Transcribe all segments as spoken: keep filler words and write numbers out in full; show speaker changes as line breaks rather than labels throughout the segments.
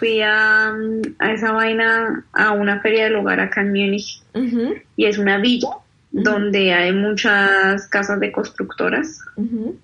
fui a, a esa vaina, a una feria del hogar acá en Múnich, uh-huh. y es una villa uh-huh. donde hay muchas casas de constructoras, uh-huh.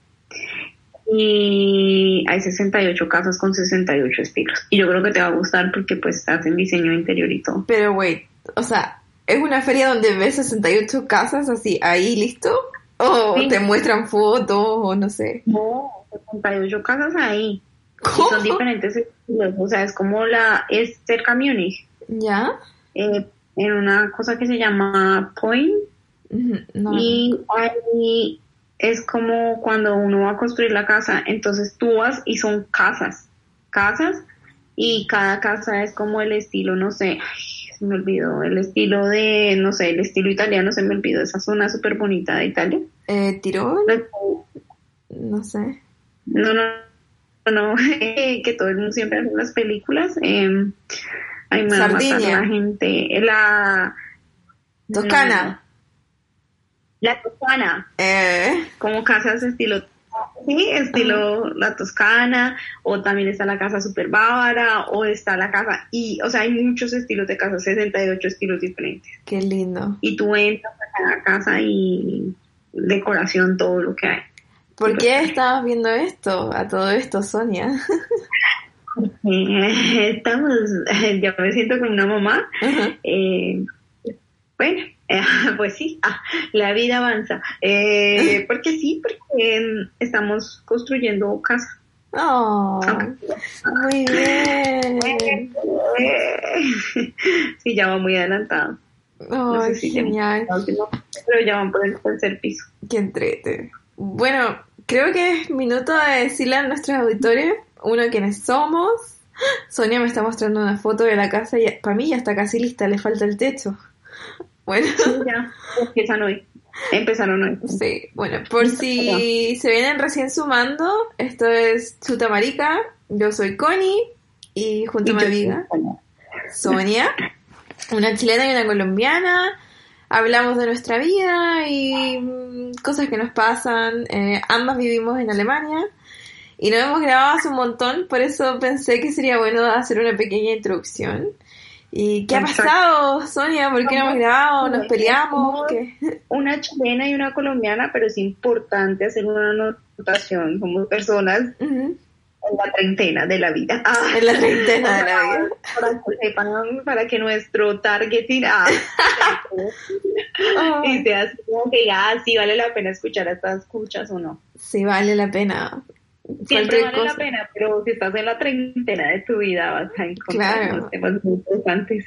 y hay sesenta y ocho casas con sesenta y ocho estilos. Y yo creo que te va a gustar porque pues hacen diseño interior y todo.
Pero wait, o sea, ¿es una feria donde ves sesenta y ocho casas así, ahí listo? ¿O sí. te muestran fotos o no sé?
No, sesenta y ocho casas ahí.
¿Cómo?
Y son diferentes estilos, o sea, es como la, es cerca a Múnich.
¿Ya?
Eh, en una cosa que se llama Point.
Uh-huh. No.
Y ahí es como cuando uno va a construir la casa, entonces tú vas y son casas, casas, y cada casa es como el estilo, no sé, ay, se me olvidó, el estilo de, no sé, el estilo italiano, se me olvidó, esa zona súper bonita de Italia.
Eh, ¿Tirol? No sé.
No, no, no, que todo el mundo siempre hace las películas, eh, ay, me va a matar la gente, la...
Toscana.
No, la Toscana,
eh.
como casas estilo, sí, estilo uh-huh. la Toscana, o también está la casa super bávara, o está la casa, y, o sea, hay muchos estilos de casa, sesenta y ocho estilos diferentes.
Qué lindo.
Y tú entras a cada casa y decoración, todo lo que hay.
¿Por qué estabas viendo esto, a todo esto, Sonia?
Estamos, yo me siento como una mamá, uh-huh. eh, bueno, eh, pues sí, ah, la vida avanza, eh, porque sí, porque estamos construyendo casa.
Oh, okay. Muy bien.
Sí, ya va muy adelantado.
Oh, no sé si genial.
Tengo, pero ya van por el tercer piso.
Qué entrete. Bueno, creo que es minuto de decirle a nuestros auditores, uno, quiénes somos. Sonia me está mostrando una foto de la casa y para mí ya está casi lista, le falta el techo. Bueno.
Sí, ya, empiezan hoy. Empezaron hoy.
Sí, bueno, por si se vienen recién sumando, esto es Chuta Marica, yo soy Connie y junto a mi amiga Sonia, una chilena y una colombiana, hablamos de nuestra vida y mmm, cosas que nos pasan, eh, ambas vivimos en Alemania y nos hemos grabado hace un montón, por eso pensé que sería bueno hacer una pequeña introducción. ¿Y qué ha pasado, Sonia? ¿Por qué no hemos grabado? ¿Nos peleamos? ¿Qué?
Una chilena y una colombiana, pero es importante hacer una anotación. Somos personas uh-huh. en la treintena de la vida. Ah,
en la treintena de la vida.
Para que sepan, para que nuestro targeting ah, oh. y sea así como que ya, ah, sí vale la pena escuchar a estas escuchas o no.
Sí vale la pena.
Siempre vale cosa. la pena, pero si estás en la treintena de tu vida vas a encontrar claro. unos temas muy interesantes.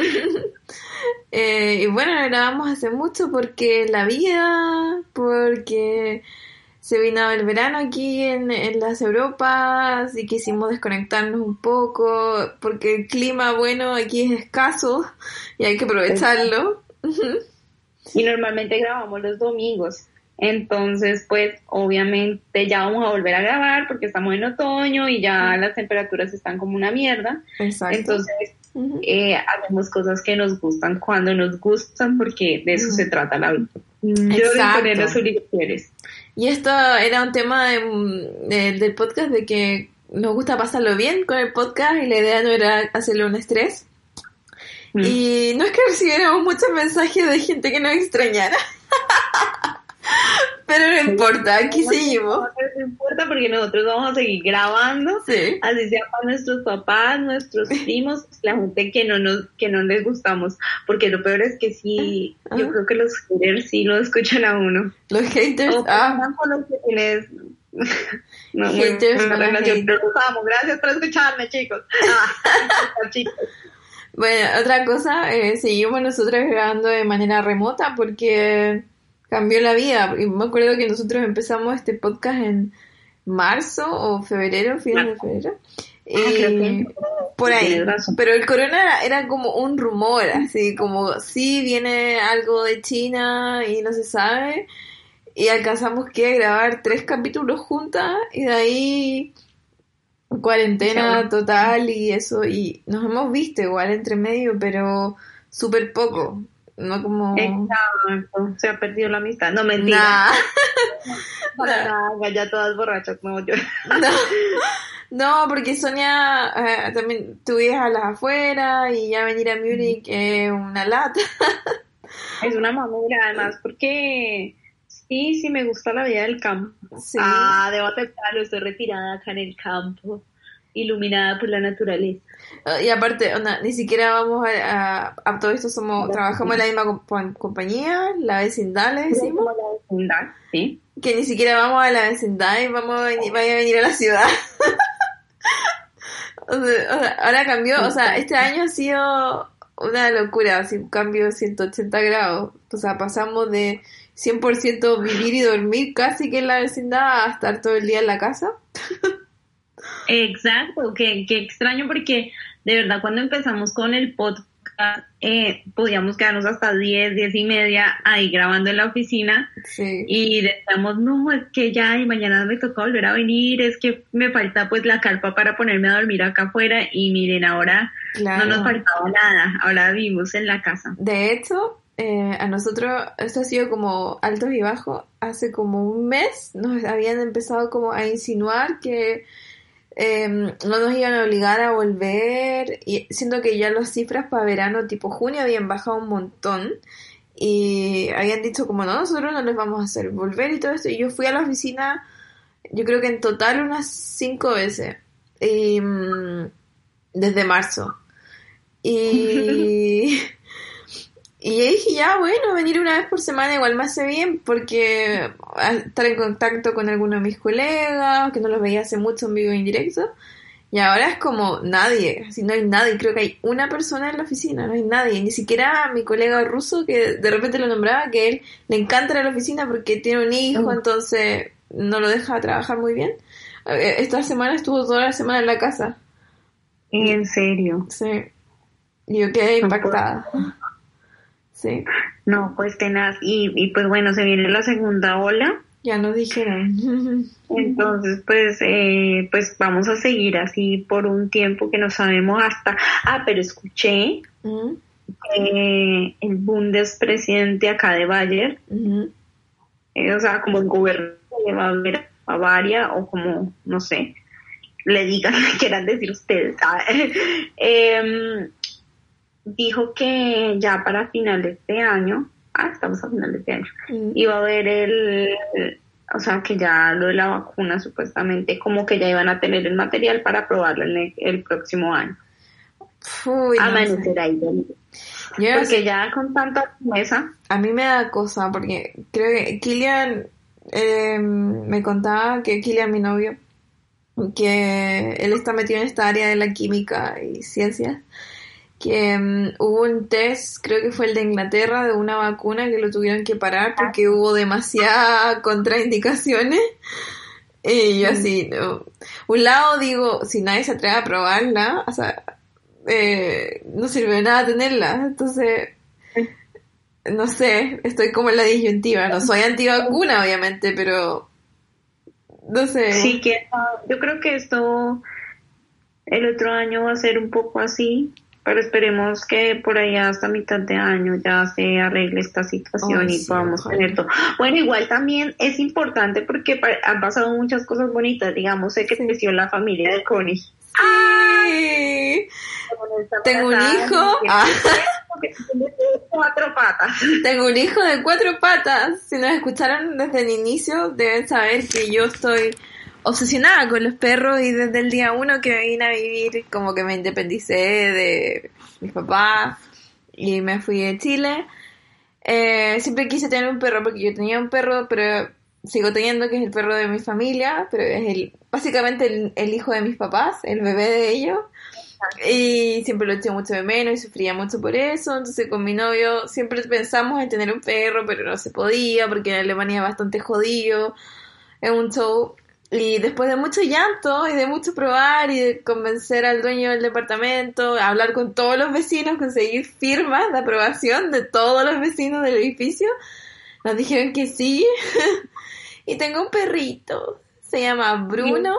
eh, y bueno, lo grabamos hace mucho porque la vida, porque se vino el verano aquí en, en las Europas y quisimos desconectarnos un poco, porque el clima, bueno, aquí es escaso y hay que aprovecharlo.
Y normalmente grabamos los domingos. Entonces, pues, obviamente ya vamos a volver a grabar porque estamos en otoño y ya las temperaturas están como una mierda.
Exacto.
Entonces, uh-huh. eh, hacemos cosas que nos gustan cuando nos gustan porque de eso uh-huh. se trata la vida.
Exacto. Y esto era un tema de, de, del podcast de que nos gusta pasarlo bien con el podcast y la idea no era hacerle un estrés. Uh-huh. Y no es que recibiéramos muchos mensajes de gente que nos extrañara. Pero no importa, aquí no, seguimos.
No importa porque nosotros vamos a seguir grabando,
sí.
así sea para nuestros papás, nuestros primos, la gente que no nos, que no les gustamos, porque lo peor es que sí, uh-huh. yo creo que los haters sí lo escuchan a uno.
Los haters,
o,
ah.
Con los que tienes, no,
haters,
muy,
no
relación, pero los amo, gracias por escucharme, chicos. Ah, chicos.
Bueno, otra cosa, eh, seguimos nosotros grabando de manera remota porque cambió la vida. Y me acuerdo que nosotros empezamos este podcast en marzo o febrero, fines de febrero. Y por ahí. Pero el corona era, era como un rumor, así como sí viene algo de China y no se sabe. Y alcanzamos que grabar tres capítulos juntas y de ahí cuarentena total y eso. Y nos hemos visto igual entre medio, pero súper poco. No como...
Exacto, se ha perdido la amistad. No, mentira.
Nah.
Para nada, ya todas borrachas, no, yo.
No, No, porque Sonia eh, también tú vives a las afueras y ya venir a Múnich es una lata.
Es una mamura, además, porque sí, sí me gusta la vida del campo.
Sí.
Ah, debo aceptarlo, estoy retirada acá en el campo, iluminada por la naturaleza.
Y aparte, onda, ni siquiera vamos a, a, a todo esto somos, trabajamos en la misma compa- compañía, la vecindad le decimos.
Como la vecindad, sí.
Que ni siquiera vamos a la vecindad y vamos a venir, vaya a venir a la ciudad. o sea, o sea, ahora cambió, o sea, este año ha sido una locura, así un cambio de ciento ochenta grados. O sea, pasamos de cien por ciento vivir y dormir casi que en la vecindad a estar todo el día en la casa.
Exacto, qué, qué extraño porque de verdad cuando empezamos con el podcast eh, podíamos quedarnos hasta diez, diez y media ahí grabando en la oficina.
Sí.
Y decíamos, no, es que ya y mañana me toca volver a venir, es que me falta pues la carpa para ponerme a dormir acá afuera y miren, ahora
Claro.
no nos faltaba nada, ahora vivimos en la casa.
De hecho, eh, a nosotros esto ha sido como altos y bajos. Hace como un mes nos habían empezado como a insinuar que eh, no nos iban a obligar a volver, y siendo que ya las cifras para verano tipo junio habían bajado un montón y habían dicho como no, nosotros no les vamos a hacer volver y todo esto, y yo fui a la oficina yo creo que en total unas cinco veces y, mm, desde marzo y y yo dije ya bueno, venir una vez por semana igual me hace bien porque estar en contacto con algunos de mis colegas que no los veía hace mucho en vivo e indirecto, y ahora es como nadie, así no hay nadie, creo que hay una persona en la oficina, no hay nadie, ni siquiera mi colega ruso que de repente lo nombraba, que él le encanta ir a la oficina porque tiene un hijo, entonces no lo deja trabajar muy bien. Esta semana estuvo toda la semana en la casa.
¿En serio?
Sí, y yo quedé impactada. Sí.
No, pues tenaz, y, y pues bueno, se viene la segunda ola.
Ya nos dijeron.
Entonces, pues, eh, pues vamos a seguir así por un tiempo que no sabemos hasta... Ah, pero escuché
Uh-huh.
que el Bundespresidente acá de Bayer,
Uh-huh.
eh, o sea, como el gobierno de Baviera- Bavaria, o como, no sé, le digan lo que quieran decir ustedes, ¿sabes? eh, dijo que ya para finales de año, ah, estamos a finales de año,
Uh-huh.
iba a haber el, el- o sea, que ya lo de la vacuna supuestamente, como que ya iban a tener el material para probarlo en el, el próximo año.
Uy, no
Amanecer
sé.
ahí, ¿no?
Yo no
Porque
sé.
ya con tanta promesa,
A mí me da cosa porque creo que Kilian eh, me contaba que Kilian, mi novio, que él está metido en esta área de la química y ciencias, que um, hubo un test, creo que fue el de Inglaterra, de una vacuna que lo tuvieron que parar porque hubo demasiadas contraindicaciones. Y yo así, no. Un lado digo, si nadie se atreve a probarla, o sea, eh, no sirve de nada tenerla. Entonces, no sé, estoy como en la disyuntiva. No soy antivacuna, obviamente, pero no sé.
sí que yo creo que esto el otro año va a ser un poco así, pero esperemos que por allá hasta mitad de año ya se arregle esta situación.
Ay,
y
sí,
podamos
ojalá.
tener todo. Bueno, igual también es importante porque pa- han pasado muchas cosas bonitas, digamos, sé que
Sí.
creció la familia de Connie.
Sí. Tengo un hijo. Ah,
Cuatro patas.
tengo un hijo de cuatro patas. Si nos escucharon desde el inicio, deben saber que yo estoy obsesionada con los perros y desde el día uno que me vine a vivir, como que me independicé de mis papás y me fui de Chile. Eh, siempre quise tener un perro porque yo tenía un perro, pero sigo teniendo, que es el perro de mi familia, pero es el básicamente el, el hijo de mis papás, el bebé de ellos. Y siempre lo eché mucho de menos y sufría mucho por eso. Entonces con mi novio siempre pensamos en tener un perro, pero no se podía porque en Alemania es bastante jodido, es un show. Y después de mucho llanto y de mucho probar y de convencer al dueño del departamento, hablar con todos los vecinos, conseguir firmas de aprobación de todos los vecinos del edificio, nos dijeron que sí. Y tengo un perrito, se llama Bruno.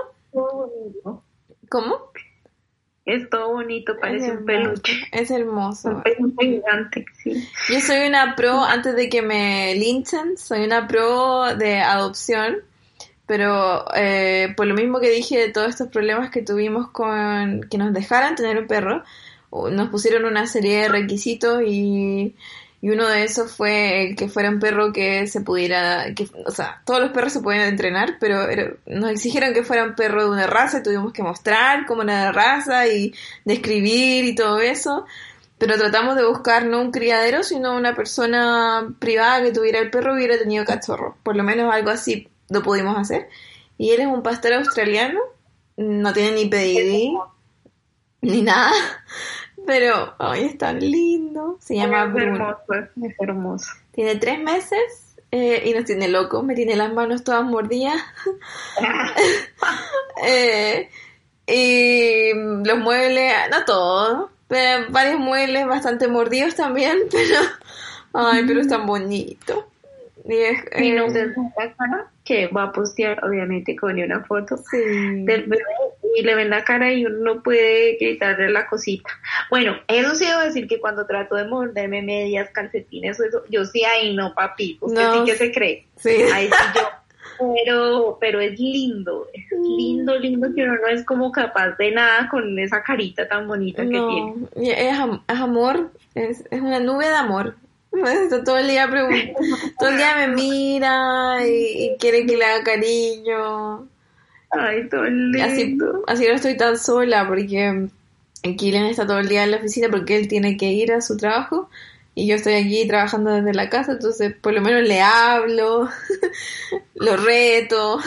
¿Cómo?
Es todo bonito, parece
Es
un
hermoso,
peluche.
es hermoso.
Un peluche gigante, sí.
Yo soy una pro, antes de que me linchen, soy una pro de adopción, pero eh, por lo mismo que dije de todos estos problemas que tuvimos con que nos dejaran tener un perro, nos pusieron una serie de requisitos y, y uno de esos fue el que fuera un perro que se pudiera, que, o sea, todos los perros se pueden entrenar, pero era, nos exigieron que fuera un perro de una raza y tuvimos que mostrar cómo era la raza y describir y todo eso, pero tratamos de buscar no un criadero, sino una persona privada que tuviera el perro y hubiera tenido cachorro, por lo menos algo así lo pudimos hacer, y él es un pastor australiano, no tiene ni pedigrí ni nada, pero ay, es tan lindo. Se llama
es
Bruno.
Hermoso, es hermoso.
Tiene tres meses eh, y nos tiene locos. Me tiene las manos todas mordidas. eh, y los muebles, no todos, pero varios muebles bastante mordidos también, pero ay, pero es tan bonito. Y es,
Mi
eh,
nombre es Cara, que va a postear obviamente con una foto
sí.
del bebé y le ven la cara y uno no puede quitarle la cosita. Bueno, eso sí debo decir que cuando trato de morderme medias, calcetines o eso, yo sí ahí no, papi, usted
No,
sí que se cree.
sí.
Ahí sí yo. Pero, pero es lindo, es lindo, lindo que uno no es como capaz de nada con esa carita tan bonita que
No,
tiene.
y es, am- es amor, es, es una nube de amor. Está todo el día pregun- todo el día me mira y, y quiere que le haga cariño.
Ay, todo
Así,
lindo.
así no estoy tan sola porque Kylian está todo el día en la oficina porque él tiene que ir a su trabajo y yo estoy aquí trabajando desde la casa, entonces por lo menos le hablo, lo reto.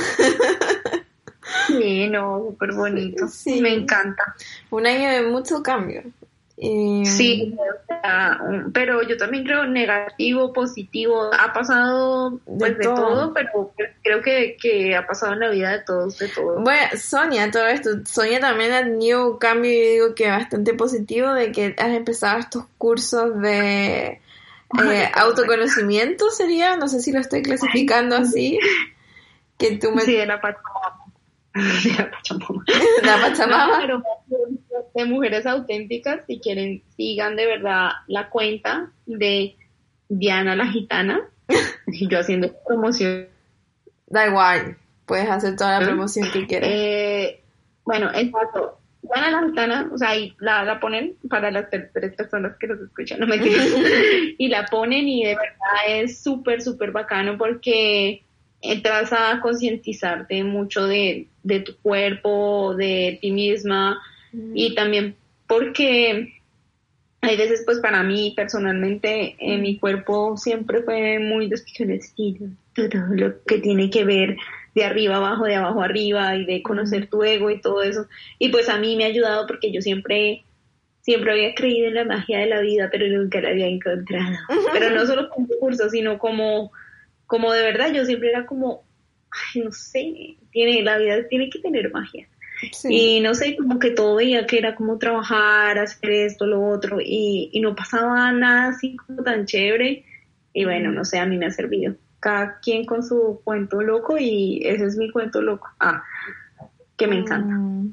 Sí, no, súper bonito.
Sí.
Me encanta.
Un año de mucho cambio. Y,
Sí, o sea, um, pero yo también creo negativo, positivo, ha pasado pues
De
de
todo.
todo, pero creo que, que ha pasado en la vida de todos, de todos.
Bueno, Sonia, todo esto, Sonia también ha tenido un cambio, yo digo que bastante positivo, de que has empezado estos cursos de eh, autoconocimiento, sería, no sé si lo estoy clasificando así, que tú me...
Sí, de la Pachamama. De la Pachamama.
La Pachamama.
No, pero de mujeres auténticas, si quieren, sigan de verdad la cuenta de Diana la Gitana, y yo haciendo promoción.
Da igual, puedes hacer toda la promoción que quieras.
Eh, bueno, exacto. Diana la Gitana, o sea, y la, la ponen para las ter- tres personas que nos escuchan, no me y la ponen y de verdad es súper, súper bacano porque entras a concientizarte mucho de, de tu cuerpo, de ti misma, mm. y también porque hay veces, pues para mí personalmente, eh, mi cuerpo siempre fue muy despichonecido, todo lo que tiene que ver de arriba abajo, de abajo arriba, y de conocer tu ego y todo eso, y pues a mí me ha ayudado porque yo siempre siempre había creído en la magia de la vida, pero nunca la había encontrado, pero no solo con cursos, sino como como de verdad, yo siempre era como, ay, no sé, tiene, la vida tiene que tener magia. Sí. Y no sé, como que todo veía que era como trabajar, hacer esto, lo otro, y, y no pasaba nada así como tan chévere. Y bueno, no sé, a mí me ha servido. Cada quien con su cuento loco, y ese es mi cuento loco. Ah, que me encanta. Mm.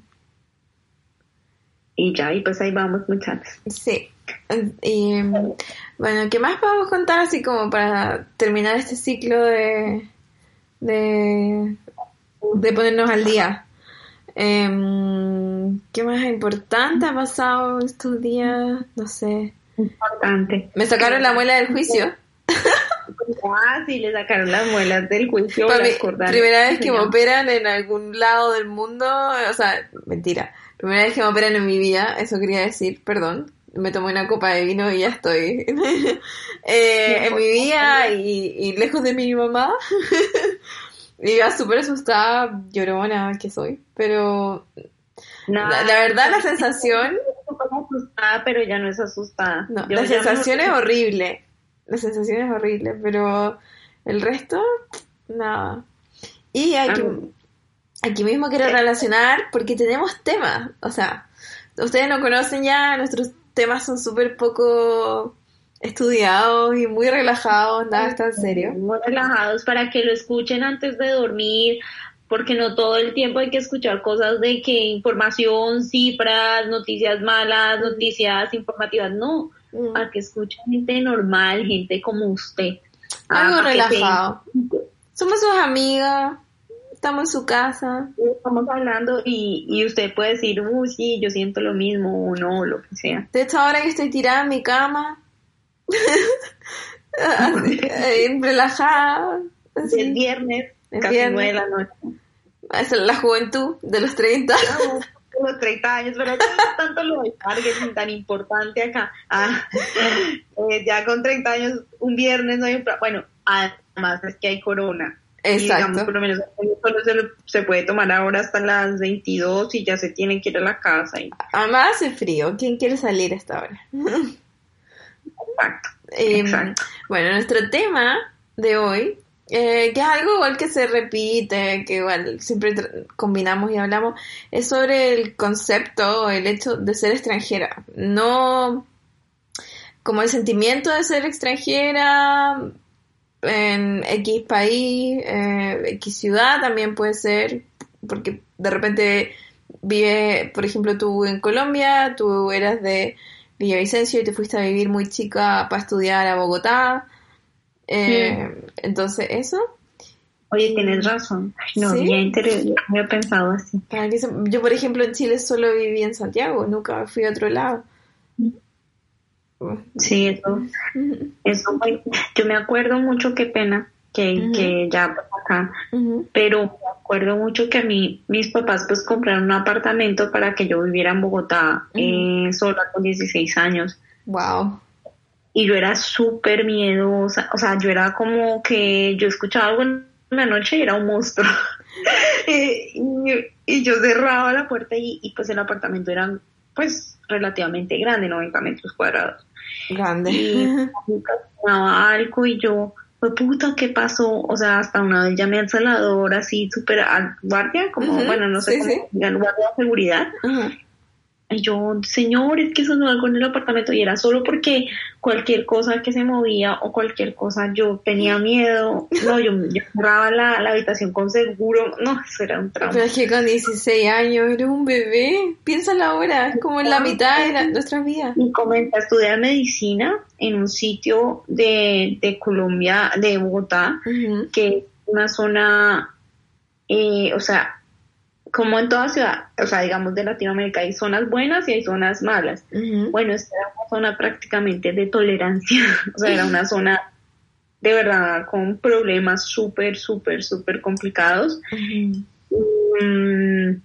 Y ya, y pues ahí vamos, muchachos.
Sí. Y bueno, ¿qué más podemos contar así como para terminar este ciclo de de, de ponernos al día? Eh, ¿Qué más importante ha pasado estos días? No sé.
Importante.
Me sacaron la muela del juicio.
Ah, sí, le sacaron las muelas del juicio.
Para mí, primera vez que me operan en algún lado del mundo, o sea, mentira. Primera vez que me operan en mi vida, eso quería decir, perdón. Me tomé una copa de vino y ya estoy eh, en mi vida y, y lejos de mi mamá. Y iba súper asustada, llorona que soy, pero no, la, la verdad la sensación...
asustada, pero ya no es asustada.
No,
Yo
la sensación
me...
es horrible, la sensación es horrible, pero el resto, nada. Y aquí, aquí mismo quiero relacionar porque tenemos temas, o sea, ustedes no conocen ya, nuestros temas son súper poco estudiados y muy relajados, nada tan serio.
Muy relajados para que lo escuchen antes de dormir, porque no todo el tiempo hay que escuchar cosas de que información, cifras, noticias malas, noticias informativas, no, mm. para que escuchen gente normal, gente como usted.
Algo ah, relajado. Somos sus amigas, estamos en su casa.
Estamos hablando y, y usted puede decir, uy, sí, yo siento lo mismo o no, lo que sea.
De hecho, ahora que estoy tirada en mi cama, así, eh, relajada. Así.
Es viernes,
Es
casi
viernes.
nueve de la noche.
Esa es la juventud de los treinta.
No, los treinta años, pero no es tanto lo del marketing tan importante acá. Ah, eh, ya con treinta años, un viernes no hay un... pra- Bueno, además es que hay corona. Y digamos,
Exacto.
por lo menos solo se, lo- se puede tomar ahora hasta las veintidós y ya se tienen que ir a la casa. Y...
Además hace frío. ¿Quién quiere salir a esta hora?
Exacto.
Eh,
Exacto.
bueno, nuestro tema de hoy, eh, que es algo igual que se repite, que igual siempre tra- combinamos y hablamos, es sobre el concepto, el hecho de ser extranjera. No como el sentimiento de ser extranjera en X país, eh, X ciudad también puede ser, porque de repente vive, por ejemplo, tú en Colombia, tú eras de Villavicencio y te fuiste a vivir muy chica para estudiar a Bogotá. Eh,
Sí.
Entonces, eso.
Oye, tienes razón. Ay, no
¿Sí?
había, inter- no había pensado así.
Para que se- Yo, por ejemplo, en Chile solo viví en Santiago, nunca fui a otro lado.
Sí, eso, eso fue- yo me acuerdo mucho, qué pena, que,
Ujú.
que ya pues, acá,
Ujú.
pero me acuerdo mucho que a mí, mis papás pues compraron un apartamento para que yo viviera en Bogotá,
Ujú.
eh, sola con dieciséis años,
Wow.
y yo era súper miedosa, o sea, yo era como que yo escuchaba algo en la noche y era un monstruo, Eh, y, y yo cerraba la puerta y, y pues el apartamento era pues relativamente grande, noventa metros cuadrados.
Grande.
Y nunca sonaba algo y yo, pues puta, ¿qué pasó? O sea, hasta una vez llamé al celador así, súper al guardia, como,
Ujú,
bueno, no sé
sí,
cómo
sí.
digan, guardia de seguridad.
Ajá.
Y yo, señor, es que sonó algo en el apartamento y era solo porque cualquier cosa que se movía o cualquier cosa yo tenía miedo. No, yo, yo cerraba la, la habitación con seguro. No, eso era un trauma.
Pero es que con dieciséis años eres un bebé. Piénsalo ahora, es como en la mitad de la- nuestras vidas.
Y comencé a estudiar medicina en un sitio de, de Colombia, de Bogotá,
Ujú.
que es una zona, eh, o sea, como en toda ciudad, o sea, digamos de Latinoamérica, hay zonas buenas y hay zonas malas.
Ujú.
Bueno, esta era una zona prácticamente de tolerancia, o sea, era una zona de verdad con problemas súper, súper, súper complicados.
Ujú.
Mm,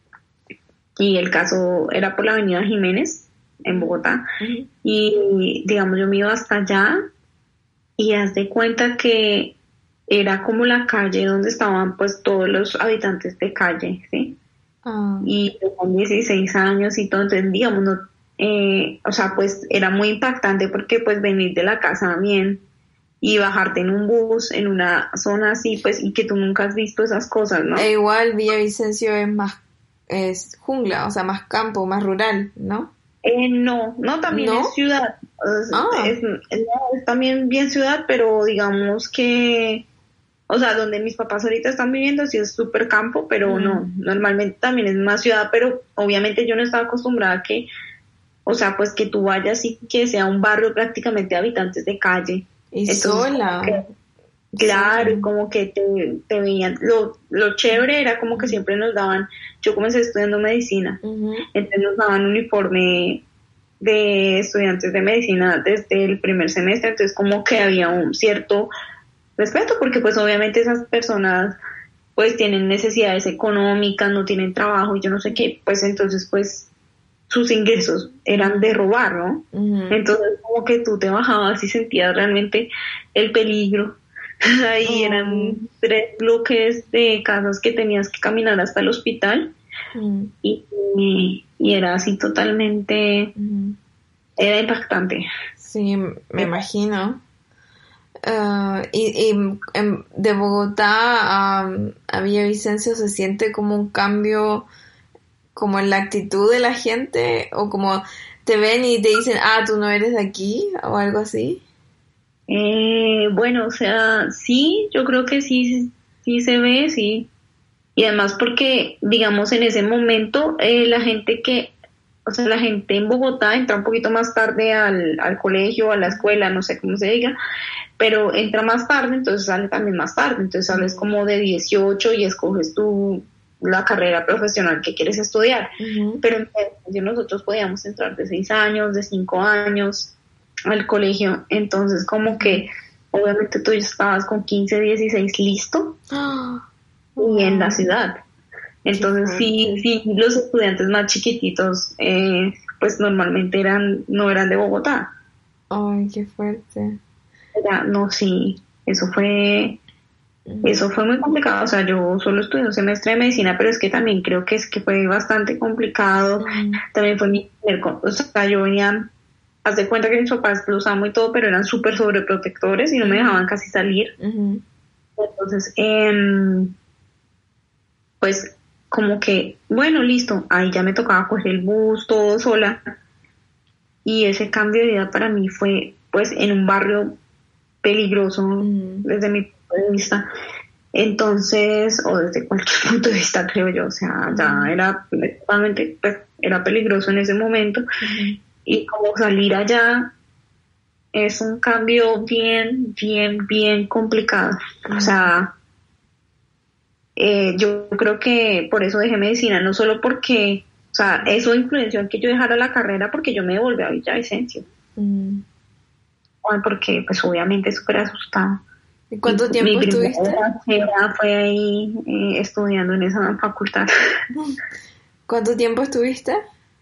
y el caso era por la avenida Jiménez, en Bogotá,
Ujú.
y digamos yo me iba hasta allá y haz de cuenta que era como la calle donde estaban pues todos los habitantes de calle, ¿sí?
Ah.
Y yo con dieciséis años y todo, entonces digamos, no, eh, o sea, pues era muy impactante porque pues venir de la casa bien y bajarte en un bus en una zona así, pues, y que tú nunca has visto esas cosas, ¿no?
E igual Villavicencio es más, es jungla, o sea, más campo, más rural, ¿no?
Eh, no, no, también
¿No?
es ciudad, es,
Ah.
es- es- es también bien ciudad, pero digamos que, o sea, donde mis papás ahorita están viviendo sí es súper campo, pero
Mm.
no, normalmente también es más ciudad, pero obviamente yo no estaba acostumbrada a que, o sea, pues que tú vayas y que sea un barrio prácticamente de habitantes de calle.
Y
Entonces,
sola.
como que, claro, y
Sola.
como que te, te veían, lo, lo chévere era como que siempre nos daban, yo comencé estudiando medicina,
Ujú.
entonces nos daban uniforme de estudiantes de medicina desde el primer semestre, entonces como que había un cierto respeto, porque pues obviamente esas personas pues tienen necesidades económicas, no tienen trabajo y yo no sé qué, pues entonces pues sus ingresos eran de robar, ¿no?
Ujú.
Entonces como que tú te bajabas y sentías realmente el peligro. Ahí
Oh.
eran tres bloques de casas que tenías que caminar hasta el hospital
Mm.
y, y, y era así totalmente,
Ujú.
era impactante.
Sí, me imagino. Ah, y, y en- de Bogotá a, a Villavicencio se siente como un cambio como en la actitud de la gente o como te ven y te dicen, ah, tú no eres de aquí o algo así.
Eh, bueno, o sea, sí, yo creo que sí, sí se ve, sí. Y además porque, digamos, en ese momento, eh, la gente que, o sea, la gente en Bogotá entra un poquito más tarde al, al colegio, a la escuela, no sé cómo se diga, pero entra más tarde, entonces sale también más tarde, entonces sales como de dieciocho y escoges tú la carrera profesional que quieres estudiar. Uh-huh. Pero entonces nosotros podíamos entrar de seis años, de cinco años al colegio, entonces como que obviamente tú ya estabas con quince, dieciséis listo uh-huh. y en la ciudad. Entonces sí, sí, los estudiantes más chiquititos eh, pues normalmente eran, no eran de Bogotá.
Ay, qué fuerte.
Era, no, sí, eso fue... Eso fue muy complicado, o sea, yo solo estudié un semestre de medicina, pero es que también creo que es que fue bastante complicado. Mm. También fue mi primer, o sea, yo venía, haz de cuenta que mis papás los amo y todo, pero eran súper sobreprotectores y no me dejaban casi salir. Uh-huh. Entonces, eh, pues, como que, bueno, listo, ahí ya me tocaba coger el bus, todo sola. Y ese cambio de vida para mí fue, pues, en un barrio peligroso, uh-huh. desde mi de vista, entonces, o desde cualquier punto de vista, creo yo, o sea, ya era totalmente, pues, era peligroso en ese momento, uh-huh. y como salir allá es un cambio bien, bien, bien complicado, uh-huh. o sea, eh, yo creo que por eso dejé medicina, no solo porque, o sea, eso influenció en que yo dejara la carrera porque yo me devolví a Villavicencio, uh-huh. bueno, porque pues obviamente súper asustada.
¿Y cuánto tiempo
mi
estuviste?
Primera fue ahí eh, estudiando en esa facultad.
¿Cuánto tiempo estuviste?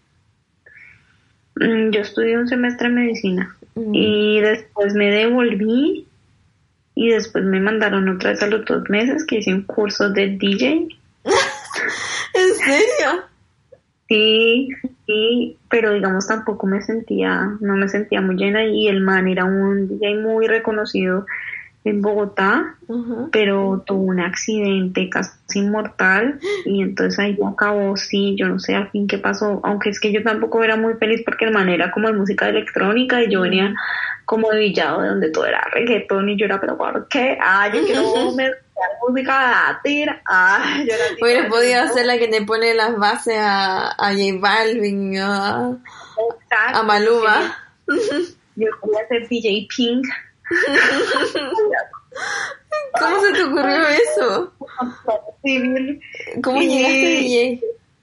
Mm, yo estudié un semestre de medicina mm. y después me devolví y después me mandaron otra vez a los dos meses que hice un curso de D J.
¿En serio?
Sí, sí, pero digamos tampoco me sentía, no me sentía muy llena y el man era un D J muy reconocido en Bogotá, uh-huh. pero tuvo un accidente casi mortal y entonces ahí acabó, sí, yo no sé al fin qué pasó, aunque es que yo tampoco era muy feliz porque el man era como de música electrónica y yo venía como de Villado de donde todo era reggaetón y yo era, pero ¿por qué? Ah, yo quiero meter música latina. Ah, yo era
Hubiera podido hacer la que te pone las bases a, a J Balvin, a, a Maluma.
Yo quería ser D J Pink.
¿Cómo se te ocurrió eso? ¿Cómo llegaste?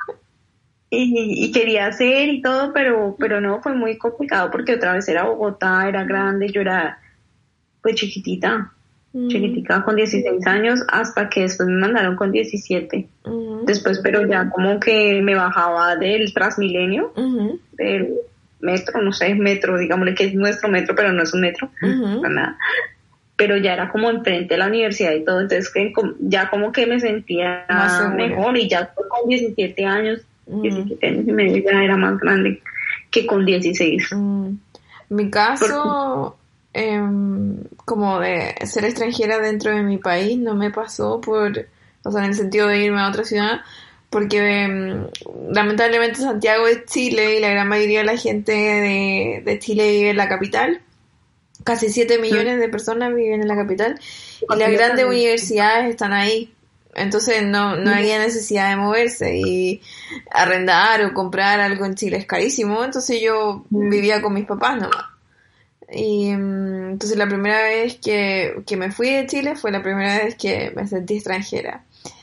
Y, y quería hacer y todo, pero pero no, fue muy complicado porque otra vez era Bogotá, era grande, yo era pues chiquitita, mm. chiquitita con dieciséis años, hasta que después me mandaron con diecisiete. Mm. Después, pero ya como que me bajaba del Transmilenio, mm-hmm. del metro, no sé, metro, digámosle que es nuestro metro, pero no es un metro, uh-huh. para nada. Pero ya era como enfrente de la universidad y todo, entonces que, ya como que me sentía mejor y ya con diecisiete años, uh-huh. diecisiete años y medio ya era más grande que con dieciséis.
Uh-huh. Mi caso, eh, como de ser extranjera dentro de mi país, no me pasó por, o sea, en el sentido de irme a otra ciudad, porque um, lamentablemente Santiago es Chile y la gran mayoría de la gente de, de Chile vive en la capital. Casi siete millones de personas viven en la capital y las grandes universidades están ahí. Entonces no, no había necesidad de moverse y arrendar o comprar algo en Chile es carísimo. Entonces yo vivía con mis papás nomás. Y um, entonces la primera vez que, que me fui de Chile fue la primera vez que me sentí extranjera.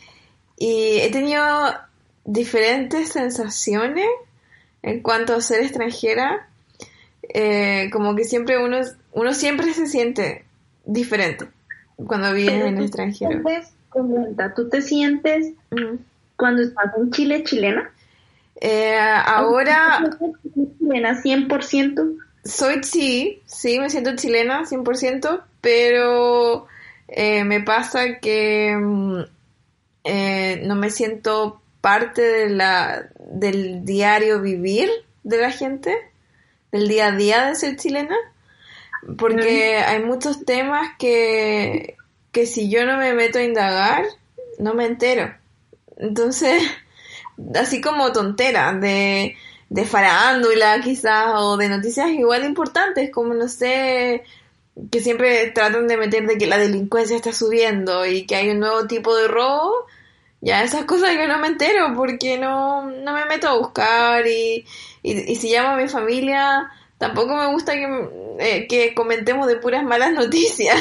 Y he tenido diferentes sensaciones en cuanto a ser extranjera. Eh, como que siempre uno, uno siempre se siente diferente cuando vives en el extranjero.
Pregunta, ¿tú te sientes uh-huh. cuando estás en Chile chilena?
Eh, ahora...
¿Chilena cien por ciento?
Soy sí, sí, me siento chilena cien por ciento, pero eh, me pasa que... Um, Eh, no me siento parte de la del diario vivir de la gente, del día a día de ser chilena, porque mm. hay muchos temas que, que si yo no me meto a indagar, no me entero. Entonces, así como tonteras de, de farándula quizás, o de noticias igual importantes, como no sé... que siempre tratan de meter de que la delincuencia está subiendo y que hay un nuevo tipo de robo, Ya, esas cosas que no me entero porque no, no me meto a buscar y, y, y si llamo a mi familia, tampoco me gusta que, eh, que comentemos de puras malas noticias.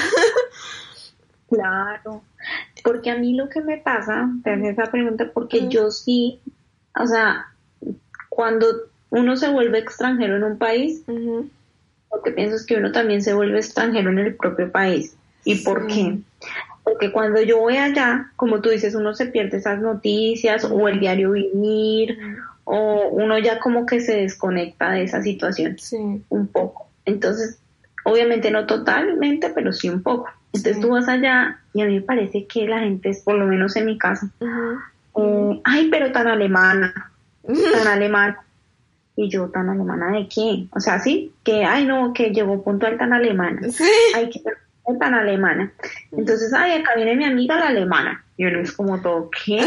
Claro, porque a mí lo que me pasa, te hacía esa pregunta, porque yo sí, o sea, cuando uno se vuelve extranjero en un país,
Uh-huh.
lo que pienso es que uno también se vuelve extranjero en el propio país. ¿Y por qué? Porque cuando yo voy allá, como tú dices, uno se pierde esas noticias o el diario vivir, o uno ya como que se desconecta de esa situación
Sí.
un poco. Entonces, obviamente no totalmente, pero sí un poco. Entonces
Sí.
tú vas allá y a mí me parece que la gente es, por lo menos en mi casa,
Uh-huh.
eh, ay, pero tan alemana, tan alemana. Y yo, ¿tan alemana de qué? O sea, sí, que, ay, no, que llegó puntual tan alemana.
Sí.
Ay, que tan alemana. Entonces, ay, acá viene mi amiga la alemana. Y uno es como todo, ¿qué?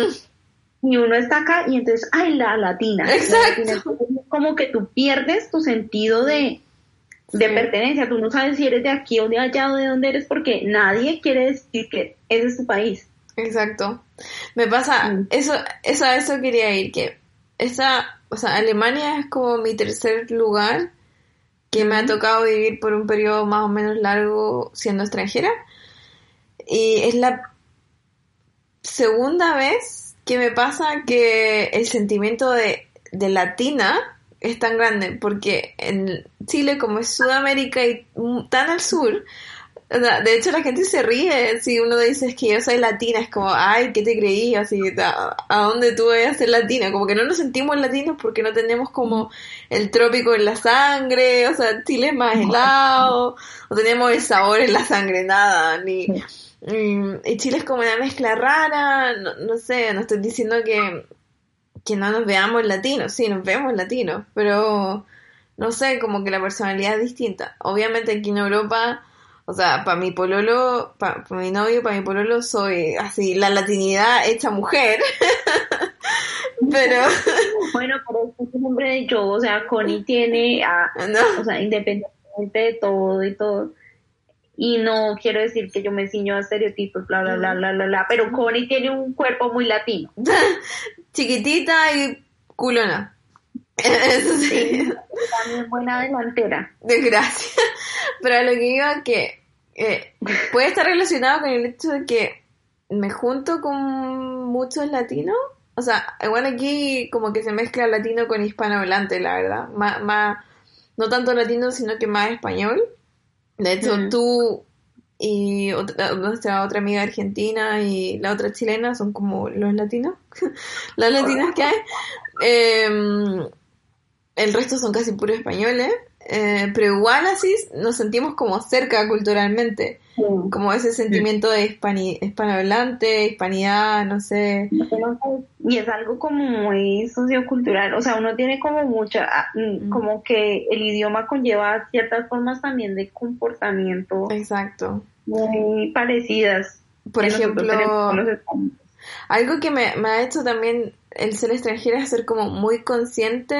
Y uno está acá y entonces, ay, la latina.
Exacto.
La latina. Como que tú pierdes tu sentido de, de
Sí.
pertenencia. Tú no sabes si eres de aquí o de allá o de dónde eres porque nadie quiere decir que ese es tu país.
Exacto. Me pasa,
Mm.
eso, eso, a eso quería ir, que esa, o sea, Alemania es como mi tercer lugar que me ha tocado vivir por un periodo más o menos largo siendo extranjera. Y es la segunda vez que me pasa que el sentimiento de, de latina es tan grande, porque en Chile, como es Sudamérica y tan al sur, o sea, de hecho la gente se ríe si uno dice es que yo soy latina, es como, ay, ¿qué te creí? Así, ¿a, a dónde tú vas a ser latina? Como que no nos sentimos latinos porque no tenemos como el trópico en la sangre, o sea, Chile es más helado, no tenemos el sabor en la sangre, nada, ni... Y Chile es como una mezcla rara, no, no sé, no estoy diciendo que, que no nos veamos latinos, sí, nos vemos latinos, pero no sé, como que la personalidad es distinta. Obviamente aquí en Europa, o sea, para mi pololo, para pa mi novio, para mi pololo soy así, la latinidad hecha mujer, pero...
Bueno, pero es un hombre de yo, o sea, Connie tiene, a,
no.
o sea, independientemente de todo y todo, y no quiero decir que yo me ciño a estereotipos, bla, bla, bla, bla, bla, bla, pero Connie tiene un cuerpo muy latino.
Chiquitita y culona. Eso sí.
Sí, también buena delantera.
Desgracia. Pero a lo que iba que eh, puede estar relacionado con el hecho de que me junto con muchos latinos. O sea, igual aquí como que se mezcla latino con hispanohablante, la verdad. Más, más, no tanto latino, sino que más español. De hecho,
Mm.
tú y otra, nuestra otra amiga argentina y la otra chilena son como los latinos, las latinas que hay. Eh, el resto son casi puros españoles, eh, pero igual así nos sentimos como cerca culturalmente,
Mm.
como ese sentimiento de hispani, hispanohablante, hispanidad, no sé.
Y es algo como muy sociocultural, o sea, uno tiene como mucha, mm. como que el idioma conlleva ciertas formas también de comportamiento.
Exacto.
Muy parecidas.
Por ejemplo,
los
algo que me, me ha hecho también el ser extranjera es ser como muy consciente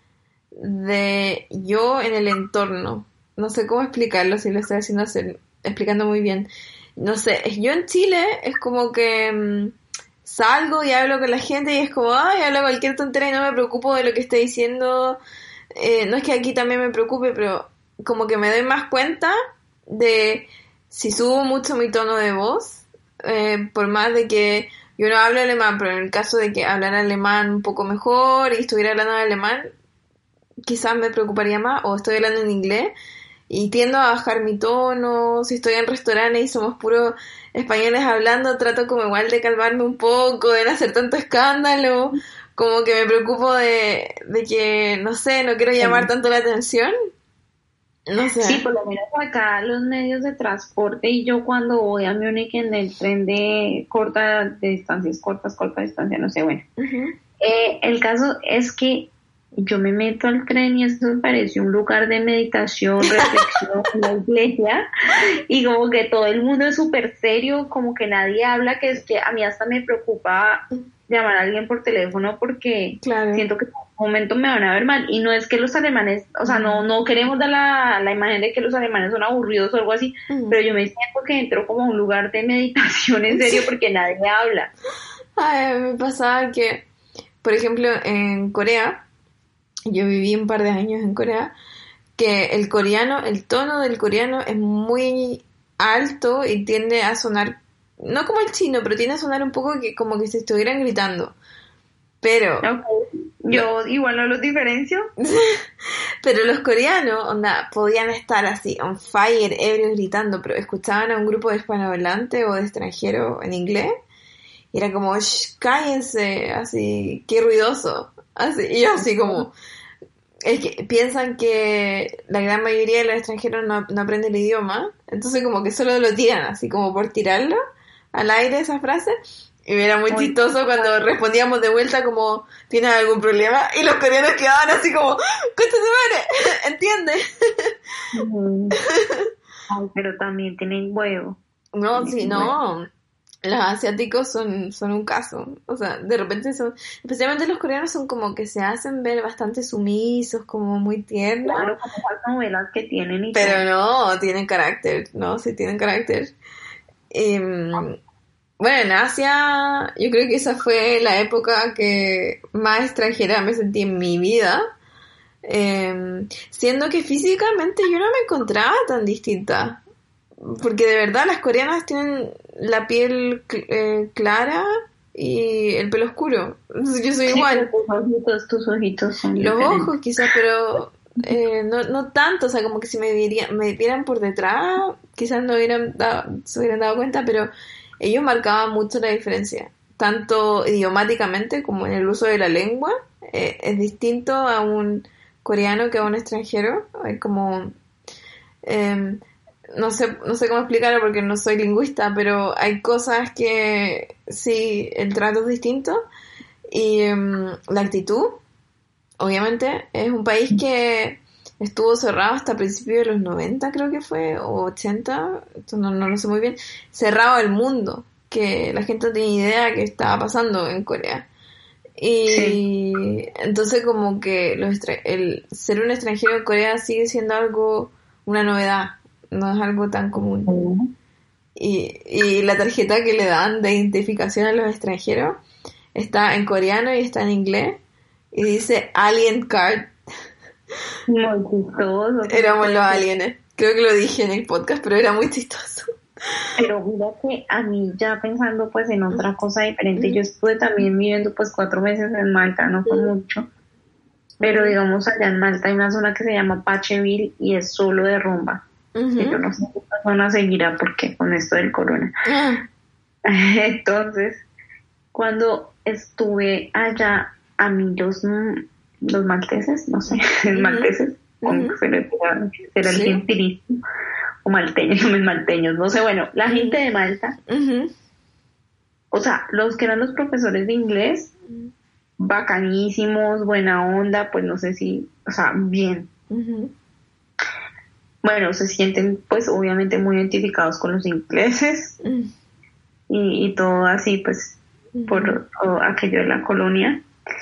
de yo en el entorno. No sé cómo explicarlo, si lo estoy haciendo hacer, explicando muy bien. No sé, yo en Chile es como que mmm, salgo y hablo con la gente y es como, ay, hablo cualquier tontería y no me preocupo de lo que esté diciendo. Eh, no es que aquí también me preocupe, pero como que me doy más cuenta de si subo mucho mi tono de voz, eh, por más de que yo no hablo alemán, pero en el caso de que hablara alemán un poco mejor y estuviera hablando alemán, quizás me preocuparía más, o estoy hablando en inglés y tiendo a bajar mi tono. Si estoy en restaurantes y somos puros españoles hablando, trato como igual de calmarme un poco, de no hacer tanto escándalo, como que me preocupo de, de que, no sé, no quiero llamar tanto la atención. No sé.
Sí, por lo menos acá los medios de transporte y yo cuando voy a Múnich en el tren de corta, de distancias cortas, corta distancia, no sé, bueno. Uh-huh. Eh, el caso es que yo me meto al tren y eso me parece un lugar de meditación, reflexión, la iglesia, y como que todo el mundo es súper serio, como que nadie habla, que es que a mí hasta me preocupa llamar a alguien por teléfono porque
claro.
siento que en un momento me van a ver mal, y no es que los alemanes, o sea, no no queremos dar la, la imagen de que los alemanes son aburridos o algo así, uh-huh. pero yo me siento que entro como a un lugar de meditación en serio porque nadie habla.
Ay, me pasaba que, por ejemplo, en Corea, yo viví un par de años en Corea, que el coreano, el tono del coreano es muy alto y tiende a sonar, no como el chino, pero tiende a sonar un poco que como que se estuvieran gritando. Pero,
Okay. Yo no. Igual no los diferencio.
pero los coreanos, onda, podían estar así, on fire, ebrios, gritando, pero escuchaban a un grupo de hispanohablantes o de extranjeros en inglés, y era como, shh, cállense, así, qué ruidoso. Así, y yo así como, es que piensan que la gran mayoría de los extranjeros no, no aprenden el idioma, entonces como que solo lo tiran, así como por tirarlo al aire esa frase. Y era muy chistoso cuando respondíamos de vuelta como, ¿tienes algún problema? Y los coreanos quedaban así como, ¡concha tu madre! ¿Entiendes?
Mm. Ay, pero también tienen huevo.
No,
Tienen
sí,
huevo.
no. Los asiáticos son, son un caso. O sea, de repente son, especialmente los coreanos son como que se hacen ver bastante sumisos, como muy tiernos.
Claro, como esas novelas que tienen y
Pero
todo.
no, tienen carácter, no, sí tienen carácter. Eh, bueno, en Asia, yo creo que esa fue la época que más extranjera me sentí en mi vida. Eh, siendo que físicamente yo no me encontraba tan distinta. Porque de verdad las coreanas tienen la piel cl- eh, clara y el pelo oscuro. Entonces yo soy
Sí,
igual.
tus ojitos, tus ojitos son
Los
diferentes.
ojos quizás, pero eh, no, no tanto. O sea, como que si me, diría, me vieran por detrás, quizás no hubieran dado, se hubieran dado cuenta, pero ellos marcaban mucho la diferencia. Tanto idiomáticamente como en el uso de la lengua. Eh, es distinto a un coreano que a un extranjero. Hay como... Eh, no sé, no sé cómo explicarlo porque no soy lingüista, pero hay cosas que sí, el trato es distinto y um, la actitud, obviamente, es un país que estuvo cerrado hasta principios de los noventa, creo que fue, o ochenta, esto no, no lo sé muy bien, cerrado al mundo, que la gente no tenía idea de qué estaba pasando en Corea. Y sí. Entonces como que los extra- el ser un extranjero en Corea sigue siendo algo, una novedad, no es algo tan común. Y, y la tarjeta que le dan de identificación a los extranjeros está en coreano y está en inglés y dice Alien Card.
Muy chistoso.
Éramos los alienes. Creo que lo dije en el podcast, pero era muy chistoso.
Pero mira que a mí ya pensando pues en otra cosa diferente, yo estuve también viviendo pues cuatro meses en Malta, no fue mucho, pero digamos allá en Malta hay una zona que se llama Pacheville y es solo de rumba. Uh-huh. Que yo no sé si esta zona seguirá porque con esto del corona. Uh-huh. Entonces, cuando estuve allá, a mí los, los malteses, no sé, uh-huh. malteses, uh-huh. será, será el gentilicio, o malteños, no malteños, no sé, bueno, la uh-huh. gente de Malta, uh-huh. o sea, los que eran los profesores de inglés, uh-huh. bacanísimos, buena onda, pues no sé si, o sea, bien. Uh-huh. Bueno, se sienten pues obviamente muy identificados con los ingleses uh-huh. y, y todo así pues uh-huh. por todo aquello de la colonia.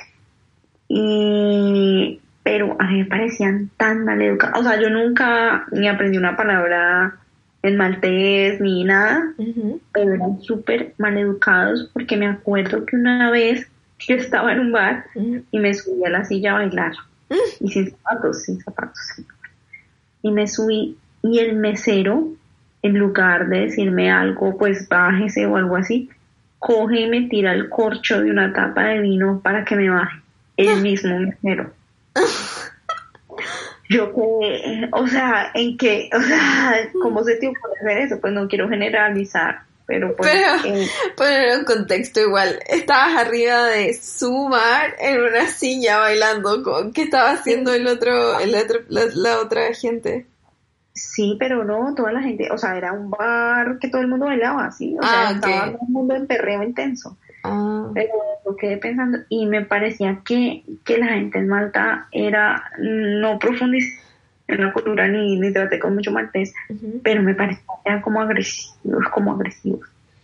Y pero a mí me parecían tan mal educados, o sea, yo nunca ni aprendí una palabra en maltés ni nada, uh-huh. pero eran súper mal educados porque me acuerdo que una vez yo estaba en un bar uh-huh. y me subí a la silla a bailar uh-huh. y sin zapatos, sin zapatos, sin y me subí y el mesero, en lugar de decirme algo, pues bájese o algo así, coge y me tira el corcho de una tapa de vino para que me baje, el mismo mesero. Yo que, o sea, ¿en qué? O sea, ¿cómo se te ocurre hacer eso? Pues no quiero generalizar, pero pues...
Pero,
eh,
poner un contexto igual, estabas arriba de su bar en una silla bailando, ¿qué estaba haciendo el otro, el otro la, la otra gente?
Sí, pero no, toda la gente, o sea, era un bar que todo el mundo bailaba, ¿sí? O
ah,
sea,
okay.
estaba todo el mundo en perreo intenso.
Ah.
Pero yo quedé pensando, y me parecía que, que la gente en Malta era, no profundizar en la cultura ni, ni traté con mucho maltés, uh-huh. pero me parecía que eran como agresivos, como agresivos.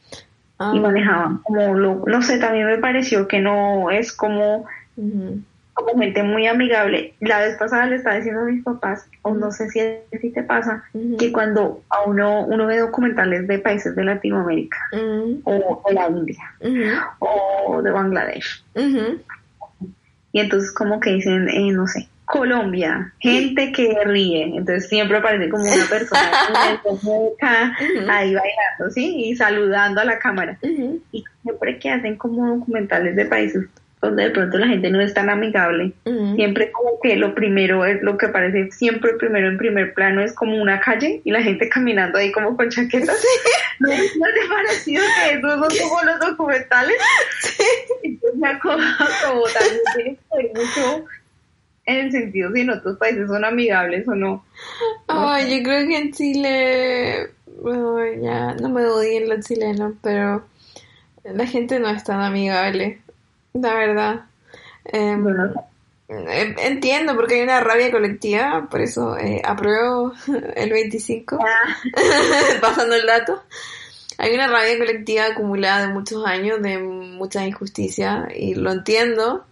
Ah. Y manejaban como, lo, no sé, también me pareció que no es como... Uh-huh. como gente muy amigable. La vez pasada le estaba diciendo a mis papás, o no sé si si te pasa, uh-huh. que cuando a uno uno ve documentales de países de Latinoamérica, uh-huh. o de la India, uh-huh. o de Bangladesh, uh-huh. y entonces como que dicen, eh, no sé, Colombia, gente que ríe, entonces siempre aparece como una persona con el boca, uh-huh. ahí bailando, ¿sí? Y saludando a la cámara. Uh-huh. Y siempre que hacen como documentales de países donde de pronto la gente no es tan amigable, uh-huh. siempre como que lo primero es lo que aparece, siempre primero en primer plano es como una calle y la gente caminando ahí como con chaquetas. Sí. ¿No te ha parecido que esos son como los documentales? Sí. Entonces ya como, como también tiene que ver mucho en el sentido si en otros países son amigables o no.
Ay, oh, yo creo que en Chile, bueno, ya no me odien los chilenos, pero la gente no es tan amigable, la verdad. Eh, bueno. Entiendo, porque hay una rabia colectiva, por eso eh, apruebo el veinticinco, ah. pasando el dato. Hay una rabia colectiva acumulada de muchos años, de mucha injusticia, y lo entiendo,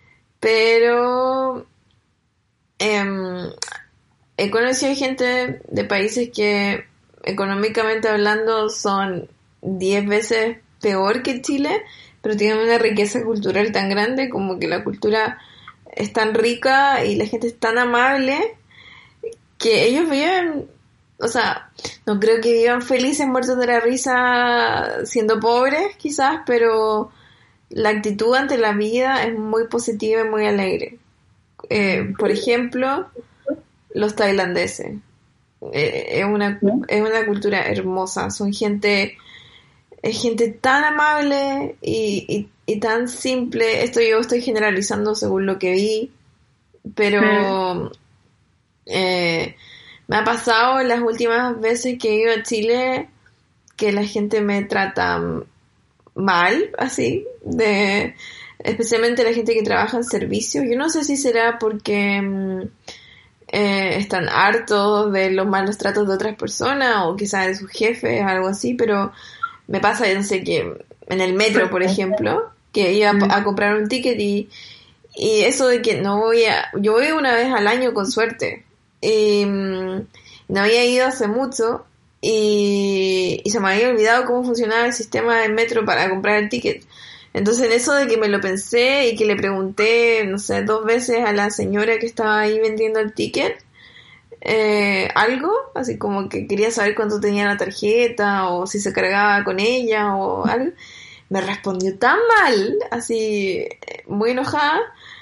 pero eh, he conocido gente de países que económicamente hablando son diez veces peor que Chile, pero tienen una riqueza cultural tan grande, como que la cultura es tan rica y la gente es tan amable que ellos viven, o sea, no creo que vivan felices, muertos de la risa, siendo pobres quizás, pero la actitud ante la vida es muy positiva y muy alegre. Eh, por ejemplo, los tailandeses. Eh, es una, es una cultura hermosa, son gente... Es gente tan amable y, y, y tan simple. Esto yo estoy generalizando según lo que vi, pero eh, me ha pasado las últimas veces que he ido a Chile que la gente me trata mal, así, de especialmente la gente que trabaja en servicio. Yo no sé si será porque eh, están hartos de los malos tratos de otras personas o quizás de sus jefes, algo así, pero me pasa, no sé, que en el metro, por ejemplo, que iba a, a comprar un ticket y, y eso de que no voy a... Yo voy una vez al año con suerte. Y no había ido hace mucho y, y se me había olvidado cómo funcionaba el sistema del metro para comprar el ticket. Entonces en eso de que me lo pensé y que le pregunté, no sé, dos veces a la señora que estaba ahí vendiendo el ticket, Eh, algo, así como que quería saber cuánto tenía la tarjeta o si se cargaba con ella o algo, me respondió tan mal, así muy enojada,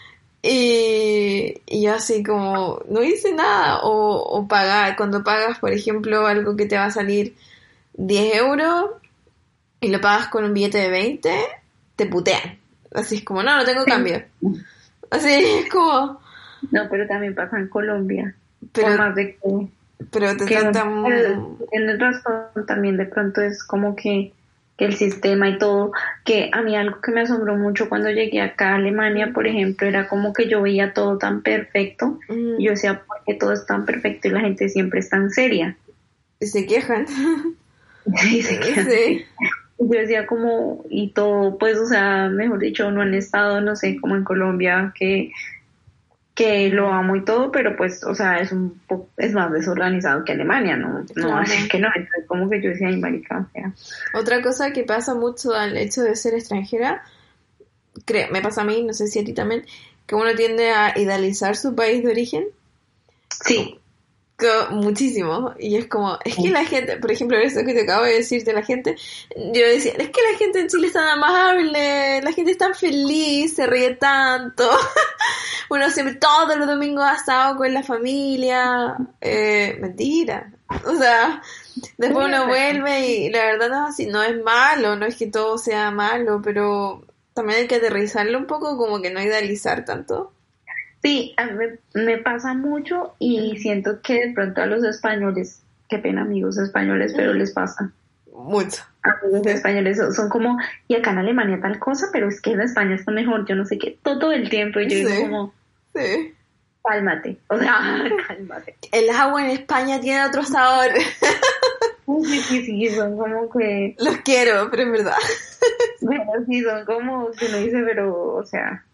y, y yo así como no hice nada, o, o pagar, cuando pagas por ejemplo algo que te va a salir diez euros y lo pagas con un billete de veinte, te putean, así es como no, no tengo cambio, así es como
no, pero también pasa en Colombia.
Pero,
más de que,
pero te
que
tratan
en el razón también de pronto es como que, que el sistema y todo, que a mí algo que me asombró mucho cuando llegué acá a Alemania, por ejemplo, era como que yo veía todo tan perfecto, mm. y yo decía, ¿por qué todo es tan perfecto y la gente siempre es tan seria?
Y se quejan.
Sí, se quejan. Sí. Yo decía como, y todo, pues, o sea, mejor dicho, no han estado, no sé, como en Colombia, que que lo amo y todo, pero pues, o sea, es un poco, es más desorganizado que Alemania, ¿no? No, claro. Así que no, entonces como que yo decía, ay, marica, o sea.
Otra cosa que pasa mucho al hecho de ser extranjera, creo, me pasa a mí, no sé si a ti también, que uno tiende a idealizar su país de origen.
Sí.
Muchísimo, y es como, es que la gente, por ejemplo, eso que te acabo de decir de la gente, yo decía, es que la gente en Chile es tan amable, la gente es tan feliz, se ríe tanto, uno siempre todos los domingos asado con la familia, eh, mentira, o sea, después uno vuelve y la verdad no, así, no es malo, no es que todo sea malo, pero también hay que aterrizarlo un poco, como que no idealizar tanto.
Sí, a mí me, me pasa mucho y siento que de pronto a los españoles, qué pena amigos españoles, pero les pasa.
Mucho.
A los españoles son, son como, y acá en Alemania tal cosa, pero es que en España está mejor, yo no sé qué, todo el tiempo, y yo
sí,
digo como,
sí.
Cálmate, o sea, cálmate.
El agua en España tiene otro sabor.
Sí, sí, sí, son como que...
Los quiero, pero es verdad.
Bueno, sí, son como que uno dice, pero, o sea...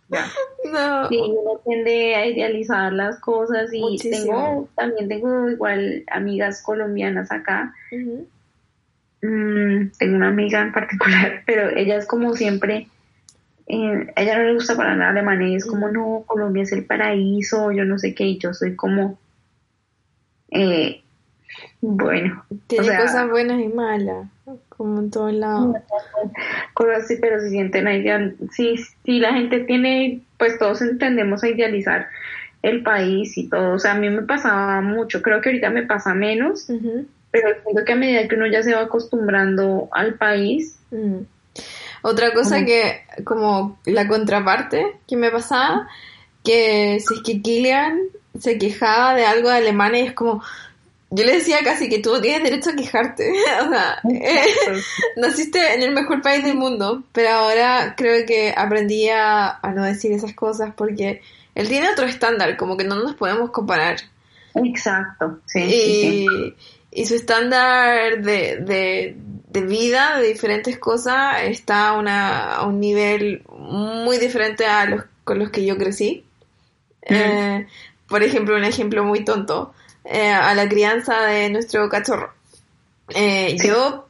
Ya.
No.
Sí, uno tiende a idealizar las cosas y
Muchísimo.
tengo, también tengo igual amigas colombianas acá.
Ujú.
Mm, tengo una amiga en particular, pero ella es como siempre, eh, a ella no le gusta para nada Alemania y es como,
Mm.
no, Colombia es el paraíso, yo no sé qué, y yo soy como, eh, bueno, o
Tiene
sea,
cosas buenas y malas, como en todos lados.
cosas así, pero se sienten a ideal, sí, sí, la gente tiene, pues todos entendemos a idealizar el país y todo, o sea, a mí me pasaba mucho, creo que ahorita me pasa menos,
Ujú.
pero siento que a medida que uno ya se va acostumbrando al país,
Mm. Otra cosa
como,
que, como la contraparte que me pasaba, que si es que Kilian se quejaba de algo de Alemania y es como, yo le decía casi que tú no tienes derecho a quejarte, o sea, eh, naciste en el mejor país del mundo, pero ahora creo que aprendí a, a no decir esas cosas porque él tiene otro estándar, como que no nos podemos comparar.
exacto, sí, sí, sí.
Y, y su estándar de, de, de vida, de diferentes cosas, está a, una, a un nivel muy diferente a los con los que yo crecí.
Mm,
Eh, por ejemplo, un ejemplo muy tonto, eh, a la crianza de nuestro cachorro. Eh,
sí.
yo,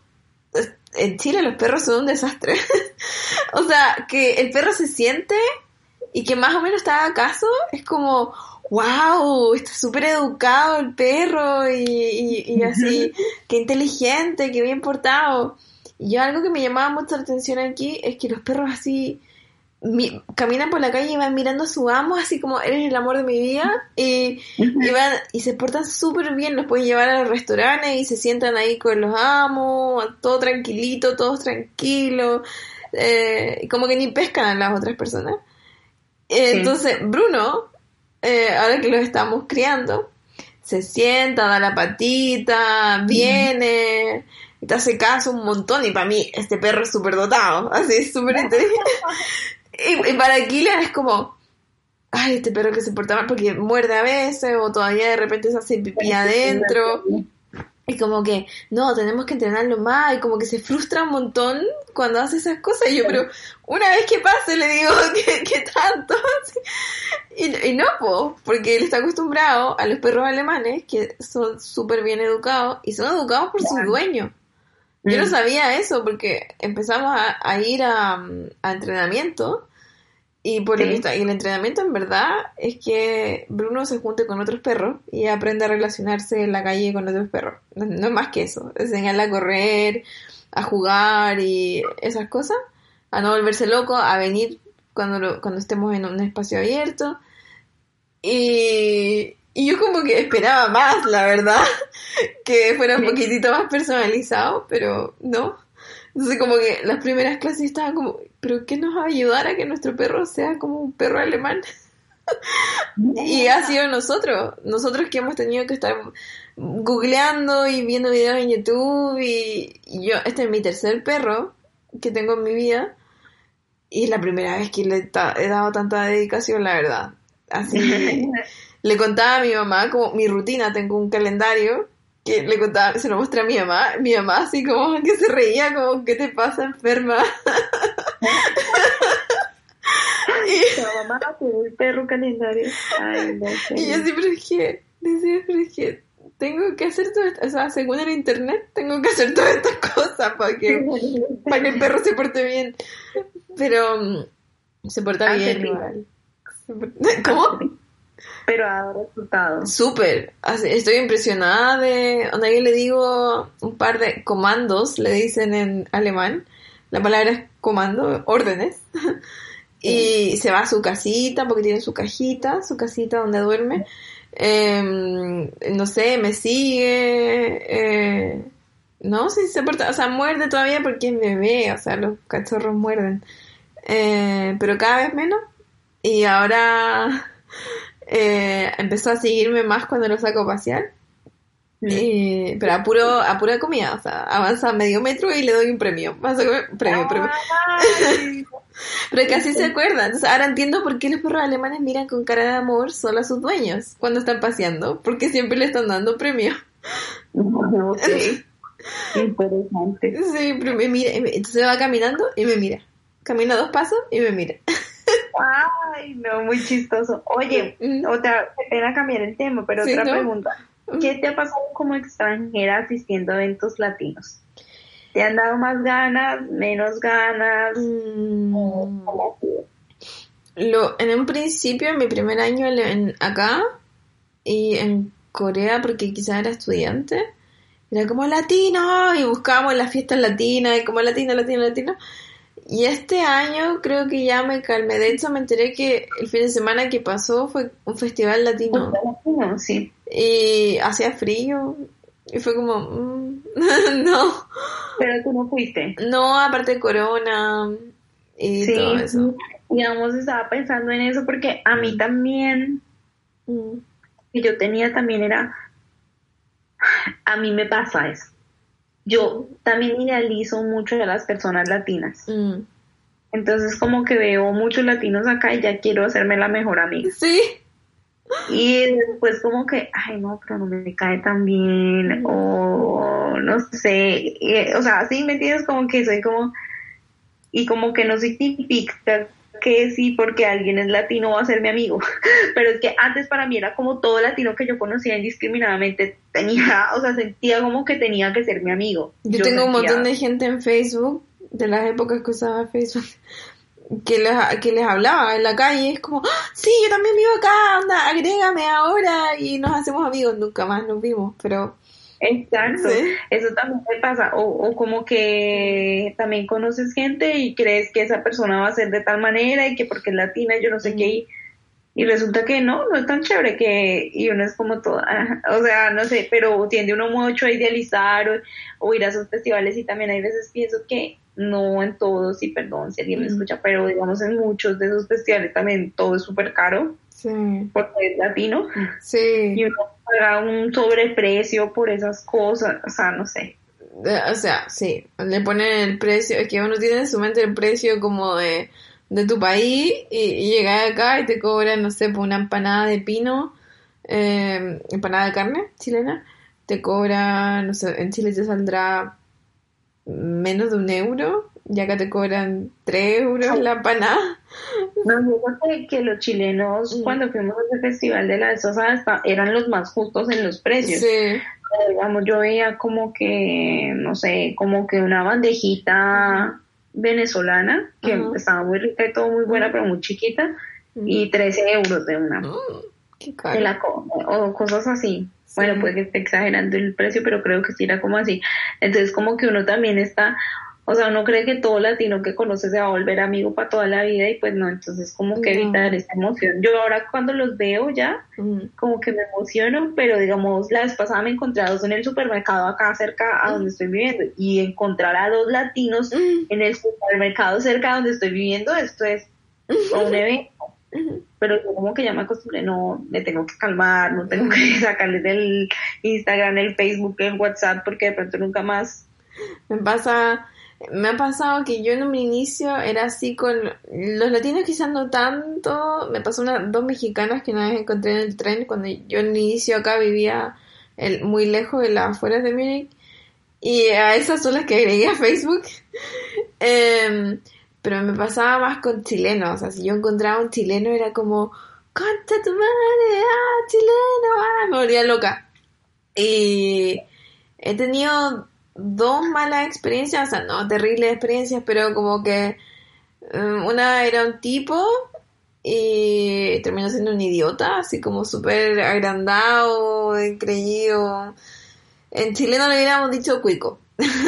en Chile los perros son un desastre. O sea, que el perro se siente y que más o menos te haga caso, es como, wow, está súper educado el perro y, y, y así, qué inteligente, qué bien portado. Y yo algo que me llamaba mucho la atención aquí es que los perros así mi, caminan por la calle y van mirando a su amo así como eres el amor de mi vida y, y van y se portan súper bien, los pueden llevar a los restaurantes y se sientan ahí con los amos, todo tranquilito, todos tranquilos, eh, como que ni pescan a las otras personas. Eh,
Sí.
entonces Bruno, eh, ahora que los estamos criando, se sienta, da la patita, viene, y te hace caso un montón y para mí este perro es súper dotado, así es súper inteligente. Y, y para Kilian es como, ay, este perro que se porta mal porque muerde a veces o todavía de repente se hace pipí adentro. Y como que, no, tenemos que entrenarlo más y como que se frustra un montón cuando hace esas cosas. Y yo, pero una vez que pase le digo, ¿qué, qué tanto? Y, y no, po, porque él está acostumbrado a los perros alemanes que son súper bien educados y son educados por su dueño. Yo no sabía eso porque empezamos a, a ir a, a entrenamiento y por lo que
Sí.
está, y el entrenamiento en verdad es que Bruno se junte con otros perros y aprende a relacionarse en la calle con otros perros. No, no es más que eso, enseñarle a correr, a jugar y esas cosas, a no volverse loco, a venir cuando, lo, cuando estemos en un espacio abierto. Y, y yo como que esperaba más, la verdad, que fuera un poquitito más personalizado, pero no. Entonces como que las primeras clases estaban como, ¿pero qué nos va a ayudar a que nuestro perro sea como un perro alemán? Y ha sido nosotros, nosotros que hemos tenido que estar googleando y viendo videos en YouTube y, y yo, este es mi tercer perro que tengo en mi vida y es la primera vez que le ta- he dado tanta dedicación, la verdad. Así le contaba a mi mamá como mi rutina, tengo un calendario que le contaba, se lo mostré a mi mamá, mi mamá así como que se reía como, ¿qué te pasa, enferma?
Y mamá, el perro calendario. Ay, no sé.
Y yo siempre dije, decía, pero es que tengo que hacer todo esto, o sea, según el internet, tengo que hacer todas estas cosas para que, para que el perro se porte bien. Pero um, se porta
Hace
bien
bien.
igual. Se porta- ¿Cómo?
Pero ha dado resultados.
Súper, así, estoy impresionada de, onda yo le digo un par de comandos, le dicen en alemán, la palabra es comando, órdenes, y se va a su casita porque tiene su cajita, su casita donde duerme, eh, no sé, me sigue, eh, no sé si se porta, o sea, muerde todavía porque es bebé, o sea, los cachorros muerden, eh, pero cada vez menos, y ahora... Eh, empezó a seguirme más cuando lo saco a pasear.
Mm.
Eh, pero a, puro, a pura comida, o sea, avanza medio metro y le doy un premio. Vas a comer, premio, premio.
Ay.
Pero casi se acuerda. Entonces ahora entiendo por qué los perros alemanes miran con cara de amor solo a sus dueños cuando están paseando, porque siempre le están dando premio.
Ok. Interesante.
Sí, pero me mira, entonces va caminando y me mira. Camina dos pasos y me mira.
Ay, no, muy chistoso. Oye,
Mm.
otra, qué pena cambiar el tema, pero
Sí,
otra
¿no?
pregunta. ¿Qué te ha pasado como extranjera asistiendo a eventos latinos? ¿Te han dado más ganas, menos ganas? ¿O
Mm,
cómo ha sido?
Lo, en un principio, en mi primer año en, en- acá y en Corea, porque quizás era estudiante, era como latino y buscábamos las fiestas latinas y como latino, latino, latino. Y este año creo que ya me calmé. De hecho, me enteré que el fin de semana que pasó fue un festival latino
Latino, sí.
y hacía frío y fue como, mm, no,
Pero tú no fuiste.
no, aparte de corona y todo
Sí,
eso.
sí. Digamos, estaba pensando en eso porque a mí también,
Mm,
que yo tenía también era, a mí me pasa eso. Yo también idealizo mucho a las personas latinas.
mm.
Entonces como que veo muchos latinos acá y ya quiero hacerme la mejor amiga.
Sí.
Y después como que, ay no, pero no me cae tan bien,
Ujú.
o no sé, eh, o sea, sí, ¿me entiendes? Como que soy como, y como que no significa que sí porque alguien es latino va a ser mi amigo, pero es que antes para mí era como todo latino que yo conocía indiscriminadamente tenía, o sea, sentía como que tenía que ser mi amigo.
Yo
Yo
tengo un montón
sentía,
de gente en Facebook, de las épocas que usaba Facebook, que les, que les hablaba en la calle. Es como, "Ah, sí, yo también vivo acá, anda, agrégame ahora y nos hacemos amigos". Nunca más nos vimos, pero
exacto,
sí.
eso también me pasa, o, o como que también conoces gente y crees que esa persona va a ser de tal manera y que porque es latina, yo no sé qué,
Ujú.
y, y resulta que no, no es tan chévere que, y uno es como toda, o sea, no sé, pero tiende uno mucho a idealizar o, o ir a esos festivales y también hay veces pienso que no en todos, y perdón si alguien me
Mm,
escucha, pero digamos en muchos de esos festivales también todo es súper caro
sí,
porque es latino y
sí.
uno paga un sobreprecio por esas cosas, o sea, no sé.
Eh, O sea, sí, le ponen el precio, es que uno tiene en su mente el precio como de, de tu país y, y llegas acá y te cobran, no sé, por una empanada de pino, eh, empanada de carne chilena, te cobran, no sé, en Chile te saldrá menos de un euro y acá te cobran tres euros la empanada.
No, yo creo que, que los chilenos
Mm,
cuando fuimos a ese festival de la Sosa hasta eran los más justos en los precios.
sí.
Eh, Digamos, yo veía como que, no sé, como que una
Ujú,
bandejita venezolana, que
ajá,
estaba muy rica y todo muy buena,
ujú,
pero muy chiquita,
ujú.
y trece euros de una,
Mm, qué
de
caro.
la co- o cosas así. Bueno,
Sí.
puede que esté exagerando el precio, pero creo que sí era como así. Entonces, como que uno también está, o sea, uno cree que todo latino que conoce se va a volver amigo para toda la vida y pues no, entonces como que evitar
No.
esa emoción. Yo ahora cuando los veo ya,
Mm,
como que me emociono, pero digamos, la vez pasada me encontré a dos en el supermercado acá cerca a donde
mm,
estoy viviendo y encontrar a dos latinos
mm.
en el supermercado cerca de donde estoy viviendo, esto es un evento, pero yo como que ya me acostumbré, no, me tengo que calmar, no tengo que
Mm,
sacarle del Instagram, el Facebook, el WhatsApp, porque de pronto nunca más.
Me pasa, me ha pasado que yo en un inicio era así con los latinos quizás no tanto. Me pasó una, dos mexicanas que una vez encontré en el tren cuando yo en un inicio acá vivía el, muy lejos de las afueras de Múnich y a esas son las que agregué a Facebook. Em, pero me pasaba más con chilenos, o sea, si yo encontraba un chileno era como, ¡concha tu madre! ¡Ah, chileno! ¡Ah! Me volvía loca. Y he tenido dos malas experiencias, o sea, no terribles experiencias, pero como que um, una era un tipo y terminó siendo un idiota, así como súper agrandado, creído. En chileno le hubiéramos dicho cuico.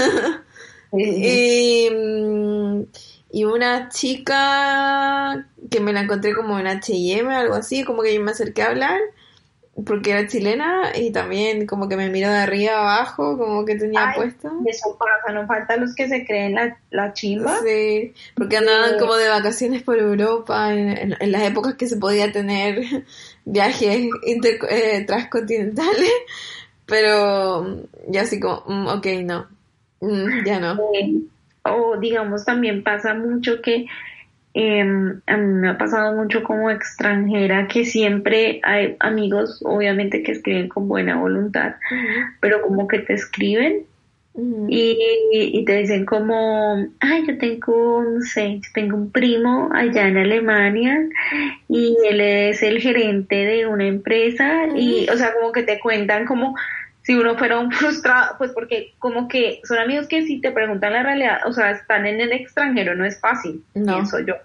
Y, mm, y una chica que me la encontré como en H y M, algo así, como que yo me acerqué a hablar porque era chilena y también como que me miró de arriba abajo, como que tenía
Ay,
puesto.
eso pasa, no faltan los que se creen la, la chimba.
Sí, porque andaban como de vacaciones por Europa en, en- en las épocas que se podía tener viajes inter, eh, transcontinentales, pero ya así como, mm, ok, no, Mm, ya no.
Eh, o digamos, también pasa mucho que eh, a mí me ha pasado mucho como extranjera que siempre hay amigos, obviamente que escriben con buena voluntad,
Ujú,
pero como que te escriben
Ujú.
y, y te dicen como, ay, yo tengo, no sé, yo tengo un primo allá en Alemania y él es el gerente de una empresa y, o sea, como que te cuentan como si uno fuera un frustrado, pues porque como que son amigos que si te preguntan la realidad, o sea, están en el extranjero, no es fácil,
No.
pienso yo.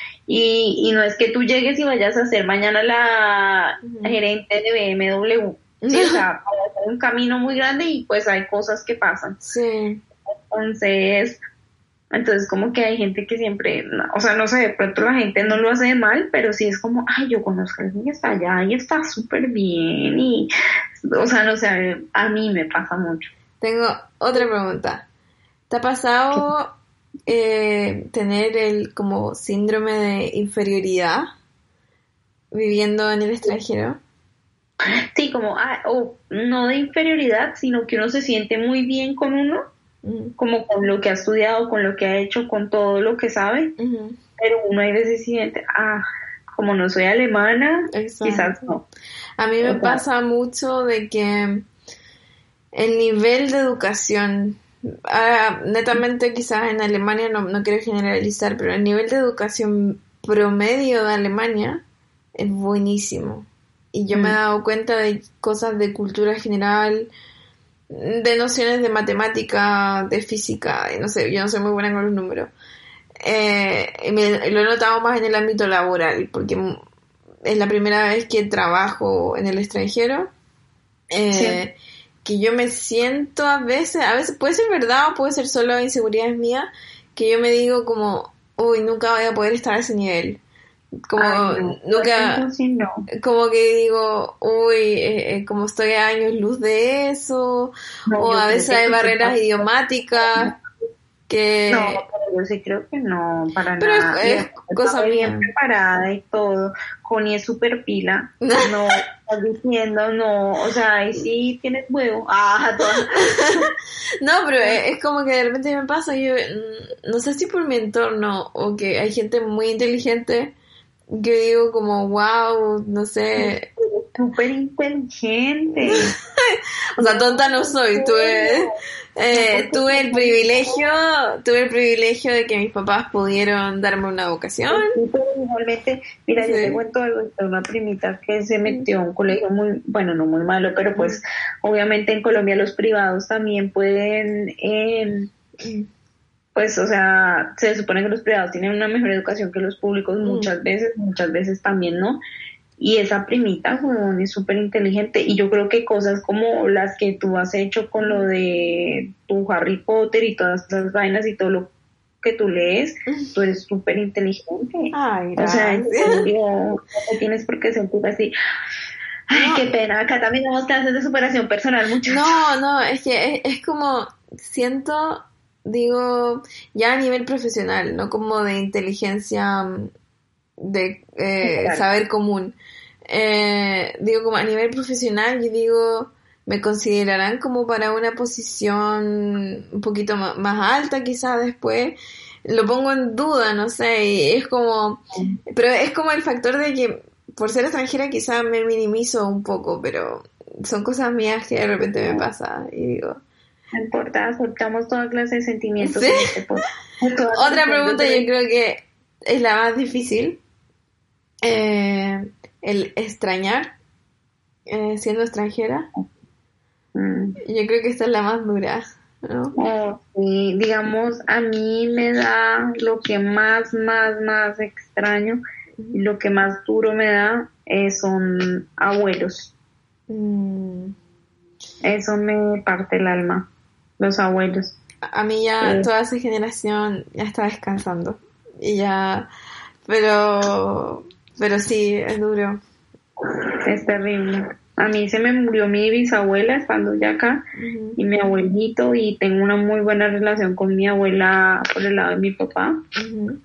Y, y no es que tú llegues y vayas a ser mañana la
Ujú.
gerente de B M W, sí, o sea, hay un camino muy grande y pues hay cosas que pasan.
Sí.
Entonces, entonces como que hay gente que siempre, no, o sea, no sé, de pronto la gente no lo hace de mal, pero sí es como, ay, yo conozco a alguien que está allá y está súper bien y, o sea, no sé, a mí me pasa mucho.
Tengo otra pregunta. ¿Te ha pasado eh, tener el como síndrome de inferioridad viviendo en el extranjero?
Sí, como, ah, o no de inferioridad, sino que uno se siente muy bien con uno,
Mm,
como con lo que ha estudiado, con lo que ha hecho, con todo lo que sabe,
ujú,
pero uno hay veces siente, ah, como no soy alemana, quizás
exacto.
no.
A mí me
O sea,
pasa mucho de que el nivel de educación, ah, netamente quizás en Alemania, no, no quiero generalizar, pero el nivel de educación promedio de Alemania es buenísimo. Y yo me he
mm,
dado cuenta de cosas de cultura general, de nociones de matemática, de física, y no sé, yo no soy muy buena con los números. Eh, y me- lo he notado más en el ámbito laboral, porque m- es la primera vez que trabajo en el extranjero,
sí.
eh, que yo me siento a veces, a veces puede ser verdad o puede ser solo inseguridades mías, que yo me digo como, uy, nunca voy a poder estar a ese nivel. Como
Ay, no, eso
nunca,
sí no.
como que digo, uy, eh, eh, como estoy a años luz de eso,
No,
o
yo
a
creo
veces
que
hay
tú te
barreras
pasas.
idiomáticas
No,
que,
pero yo sí creo que no, para
pero es,
nada. Y
es
además
cosa
estaba bien
mía.
preparada y todo. Connie es súper pila. No, estás diciendo, no, o sea, ahí sí tienes huevo. Ah, toda.
No, pero es, es como que de repente me pasa, yo mm, no sé si por mi entorno o que hay gente muy inteligente que digo como, wow, no sé,
Súper inteligente.
o sea,
No,
tonta no
en
soy, tuve,
serio. No,
eh,
porque
tuve el
no,
privilegio, tuve el privilegio de que mis papás pudieron darme una educación,
pues sí, pero igualmente, mira, yo te
sí.
cuento algo de una primita que se metió a un colegio muy, bueno, no muy malo, pero pues obviamente en Colombia los privados también pueden, eh, pues, o sea, se supone que los privados tienen una mejor educación que los públicos muchas veces, muchas veces también no. Y esa primita, weón, es súper inteligente. Y yo creo que cosas como las que tú has hecho con lo de tu Harry Potter y todas esas vainas y todo lo que tú lees, tú eres súper inteligente.
Ay,
O sea, en
gracias.
serio, no te tienes por qué sentir así. Ay,
No,
qué pena. Acá también damos clases de superación personal, muchachos.
no, no, es que es, es como, siento, digo, ya a nivel profesional, no como de inteligencia, mm, de eh, saber común. Eh, digo, como a nivel profesional, yo digo, me considerarán como para una posición un poquito ma- más alta quizás después. Lo pongo en duda, no sé, y es como, pero es como el factor de que por ser extranjera quizás me minimizo un poco, pero son cosas mías que de repente me pasa y digo,
No importa, aceptamos toda clase de sentimientos
sí.
en este podcast. Toda
Otra
clase
pregunta yo
de-
creo que es la más difícil, eh, el extrañar eh, siendo extranjera.
Mm.
Yo creo que esta es la más dura, ¿no?
Oh, sí, digamos, a mí me da lo que más, más, más extraño y lo que más duro me da eh, son abuelos.
Mm,
Eso me parte el alma, los abuelos.
a mí ya
Eh,
toda esa generación ya está descansando y ya, pero, pero sí, es duro.
es terrible. A mí se me murió mi bisabuela estando ya acá
Ujú,
y mi abuelito y tengo una muy buena relación con mi abuela por el lado de mi papá.
ujú,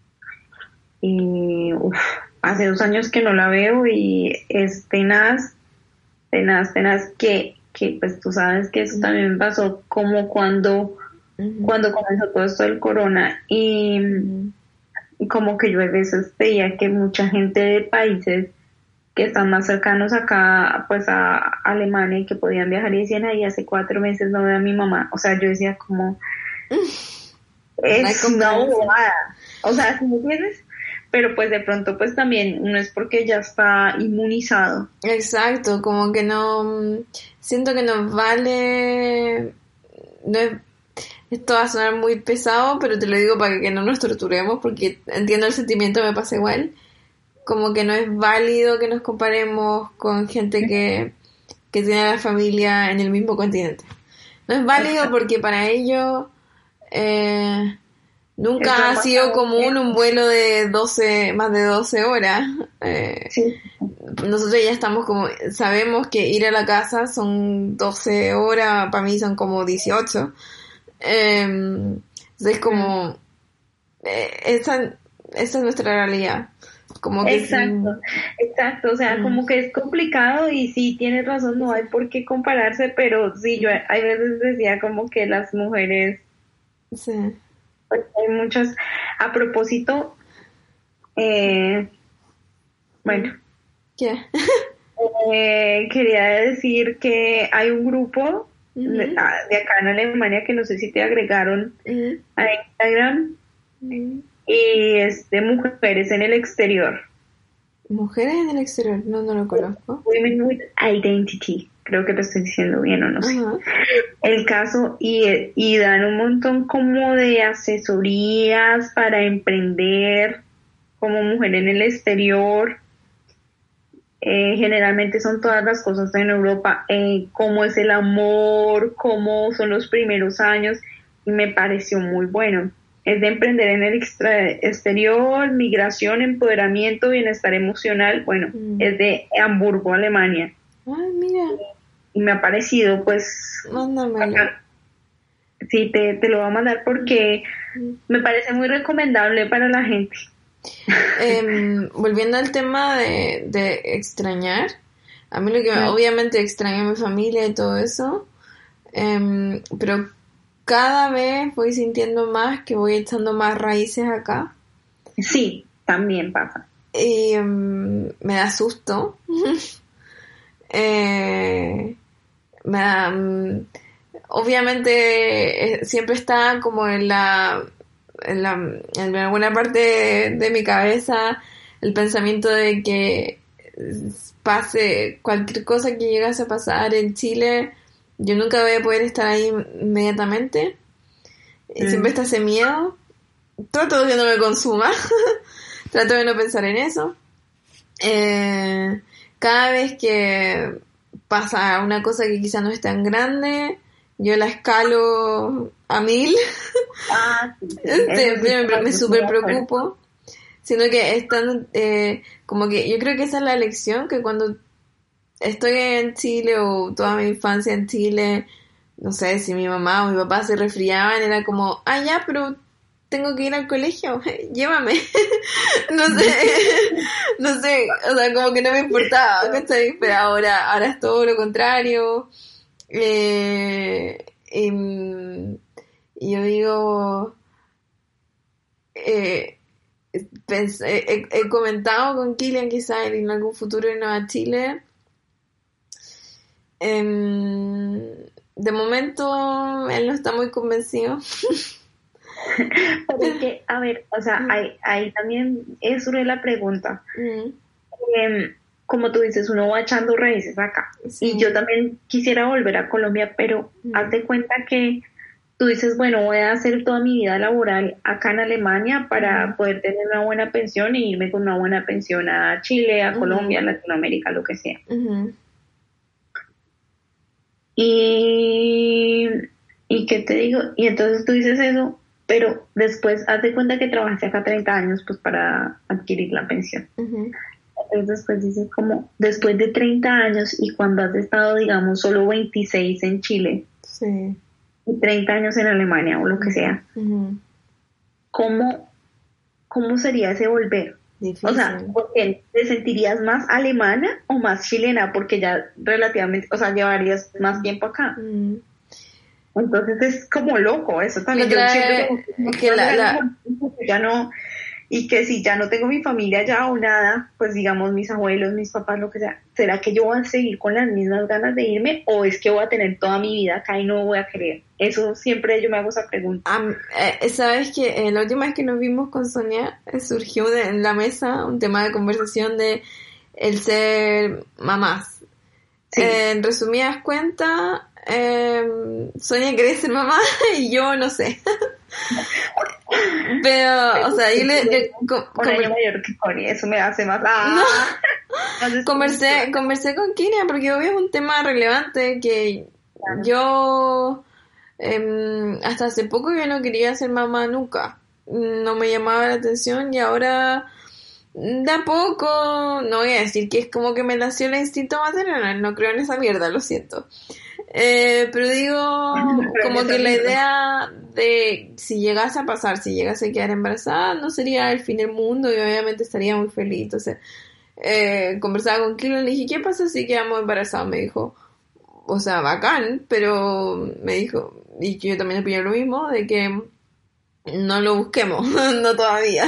Y uf, hace dos años que no la veo y es tenaz, tenaz, tenaz que, que pues tú sabes que eso también me pasó como cuando,
ujú,
cuando comenzó todo esto del corona y,
ujú,
y como que yo a veces veía que mucha gente de países que están más cercanos acá, pues a Alemania y que podían viajar y decían, ahí hace cuatro meses no veo a mi mamá. O sea, yo decía como, es una bobada. O sea, ¿sí me entiendes? Pero pues de pronto pues también no es porque ya está inmunizado.
Exacto, como que no, siento que nos vale, no es, esto va a sonar muy pesado, pero te lo digo para que no nos torturemos, porque entiendo el sentimiento, me pasa igual. Como que no es válido que nos comparemos con gente que, que tiene a la familia en el mismo continente. No es válido porque para ellos eh, nunca ha sido común un vuelo de doce, más de doce horas. Eh,
Sí.
Nosotros ya estamos como, sabemos que ir a la casa son doce horas, para mí son como dieciocho. Eh, entonces como, eh, esa, esa es nuestra realidad. Como que
Exacto, exacto, o sea,
Mm.
como que es complicado y sí, tienes razón, no hay por qué compararse, pero sí, yo hay veces decía como que las mujeres,
sí.
pues, hay muchas, a propósito, eh, bueno,
¿Qué?
eh, quería decir que hay un grupo de,
Ujú.
ah, de acá en Alemania que no sé si te agregaron
Ujú.
a Instagram
Ujú.
y es de mujeres en el exterior.
Mujeres en el exterior, no, no lo conozco.
Women with Identity, creo que lo estoy diciendo bien o no sé.
Ajá.
El caso y, y dan un montón como de asesorías para emprender como mujer en el exterior. Eh, generalmente son todas las cosas en Europa, eh, cómo es el amor, cómo son los primeros años, y me pareció muy bueno. Es de emprender en el extra- exterior, migración, empoderamiento, bienestar emocional. Bueno,
Mm.
es de Hamburgo, Alemania.
Ay, mira,
Y me ha parecido, pues,
mándamelo.
bacán. Sí, te, te lo voy a mandar porque
Mm.
me parece muy recomendable para la gente.
Em, volviendo al tema de, de extrañar, a mí lo que me-
Mm.
obviamente extraño a mi familia y todo eso, em, pero cada vez voy sintiendo más que voy echando más raíces acá
Sí, también pasa.
y em, me da susto. Eh, me da, mm, obviamente eh, siempre está como en la, en la en alguna parte de, de mi cabeza el pensamiento de que pase cualquier cosa que llegase a pasar en Chile, yo nunca voy a poder estar ahí inmediatamente. Y
Mm.
siempre está ese miedo. Trato de que no me consuma. Trato de no pensar en eso. Eh, cada vez que pasa una cosa que quizá no es tan grande, yo la escalo a mil.
Ah, sí, sí.
Este,
Eso sí,
me, me
estoy
súper
de acuerdo.
preocupo. Sino que es tan, eh, como que yo creo que esa es la lección, que cuando estoy en Chile o toda mi infancia en Chile, no sé, si mi mamá o mi papá se resfriaban, era como, ah, ya, pero tengo que ir al colegio, llévame. No sé, no sé, o sea, como que no me importaba, ¿cachai? Pero ahora, ahora es todo lo contrario. Eh, y, y yo digo, eh, pens- he, he- he comentado con Kilian quizá en algún futuro irnos a Chile. Em, de momento él no está muy convencido.
Pero es que, a ver, o sea, ahí, ahí también es sobre la pregunta.
Mm,
Em, como tú dices, uno va echando raíces acá.
sí.
Y yo también quisiera volver a Colombia, pero
Mm.
haz de cuenta que tú dices, bueno, voy a hacer toda mi vida laboral acá en Alemania para
Mm.
poder tener una buena pensión y irme con una buena pensión a Chile, a
Ujú.
Colombia, a Latinoamérica, lo que sea.
Ujú.
Y, y qué te digo, y entonces tú dices eso, pero después haz de cuenta que trabajaste acá treinta años pues para adquirir la pensión.
Ujú.
Entonces después dices como, después de treinta años y cuando has estado, digamos, solo veintiséis en Chile
Sí.
y treinta años en Alemania o lo que sea,
Ujú.
¿cómo, cómo sería ese volver?
Difícil.
O sea, porque ¿te sentirías más alemana o más chilena? Porque ya relativamente, o sea, llevarías más tiempo acá.
Mm.
Entonces es como loco eso también.
Lo
Yo siempre
trae-
como,
es que la- la-
ya no, y que si ya no tengo mi familia ya o nada, pues digamos mis abuelos, mis papás, lo que sea, ¿será que yo voy a seguir con las mismas ganas de irme o es que voy a tener toda mi vida acá y no voy a querer? Eso siempre yo me hago esa pregunta.
Um, eh, Sabes que eh, la última vez que nos vimos con Sonia eh, surgió de, en la mesa un tema de conversación de el ser mamás. Sí. Eh, en resumidas cuentas, eh, Sonia quiere ser mamá y yo no sé. Pero, Pero, o sea, yo le... le
con, con año mayor que Connie, eso me hace más... ¡Ah!
No. conversé, conversé con Kiria porque obvio es un tema relevante que claro. yo... Eh, hasta hace poco yo no quería ser mamá nunca. No me llamaba la atención y ahora... De a poco, no voy a decir que es como que me nació el instinto maternal, no creo en esa mierda, lo siento. Eh, pero digo, como que la idea de si llegase a pasar, si llegase a quedar embarazada, no sería el fin del mundo y obviamente estaría muy feliz. Entonces, eh, conversaba con Kilo y le dije, ¿qué pasa si quedamos embarazados? Me dijo, o sea, bacán, pero me dijo, y yo también opino lo mismo, de que no lo busquemos, no todavía.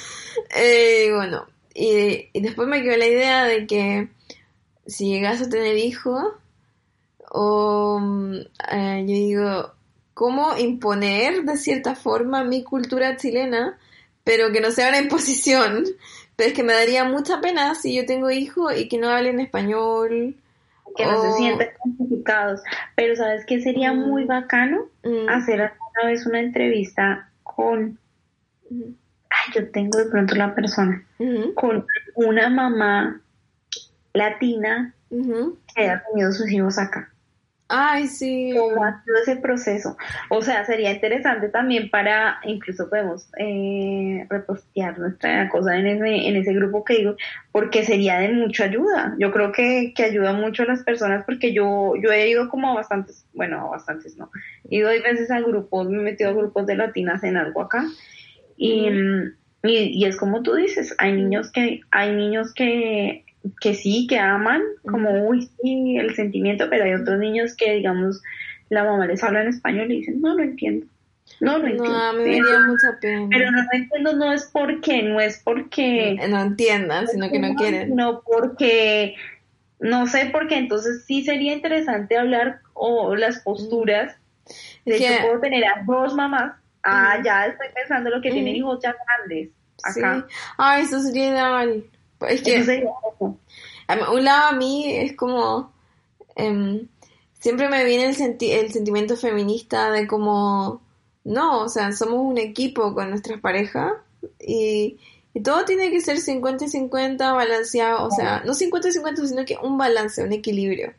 Eh, bueno, y, y después me quedó la idea de que si llegas a tener hijos, o eh, yo digo, ¿cómo imponer de cierta forma mi cultura chilena, pero que no sea una imposición? Pero es que me daría mucha pena si yo tengo hijos y que no hablen español.
Que no o... se sienten identificados. Pero ¿sabes qué sería mm. muy bacano? Mm. Hacer alguna vez una entrevista con... Mm. Ay, yo tengo de pronto la persona uh-huh. con una mamá latina uh-huh. que haya tenido sus hijos acá.
Ay, sí.
¿Cómo ha sido ese proceso? O sea, sería interesante también para, incluso podemos eh, repostear nuestra cosa en ese, en ese grupo que digo, porque sería de mucha ayuda. Yo creo que, que ayuda mucho a las personas porque yo, yo he ido como a bastantes, bueno, a bastantes no, he ido dos veces a grupos, me he metido a grupos de latinas en algo acá. Y, mm. y, y es como tú dices, hay niños que hay niños que, que sí, que aman, mm. como, uy, sí, el sentimiento, pero hay otros niños que, digamos, la mamá les habla en español y dicen, no, no entiendo. No, no entiendo.
No, a mí me daría mucha pena.
Pero no, no entiendo, no es porque, no es porque...
No entiendan, no sino que no quieren.
No, porque, no sé, porque entonces sí sería interesante hablar, o las posturas, de que yo puedo tener a dos mamás. Ah, mm. ya estoy pensando lo que mm. tienen hijos ya grandes acá.
Sí. Ay, eso sería ideal. Es que,
eso sería
un lado a mí es como, um, siempre me viene el, senti- el sentimiento feminista de como, no, o sea, somos un equipo con nuestras parejas y, y todo tiene que ser cincuenta y cincuenta balanceado, o sea, no cincuenta y cincuenta, sino que un balance, un equilibrio.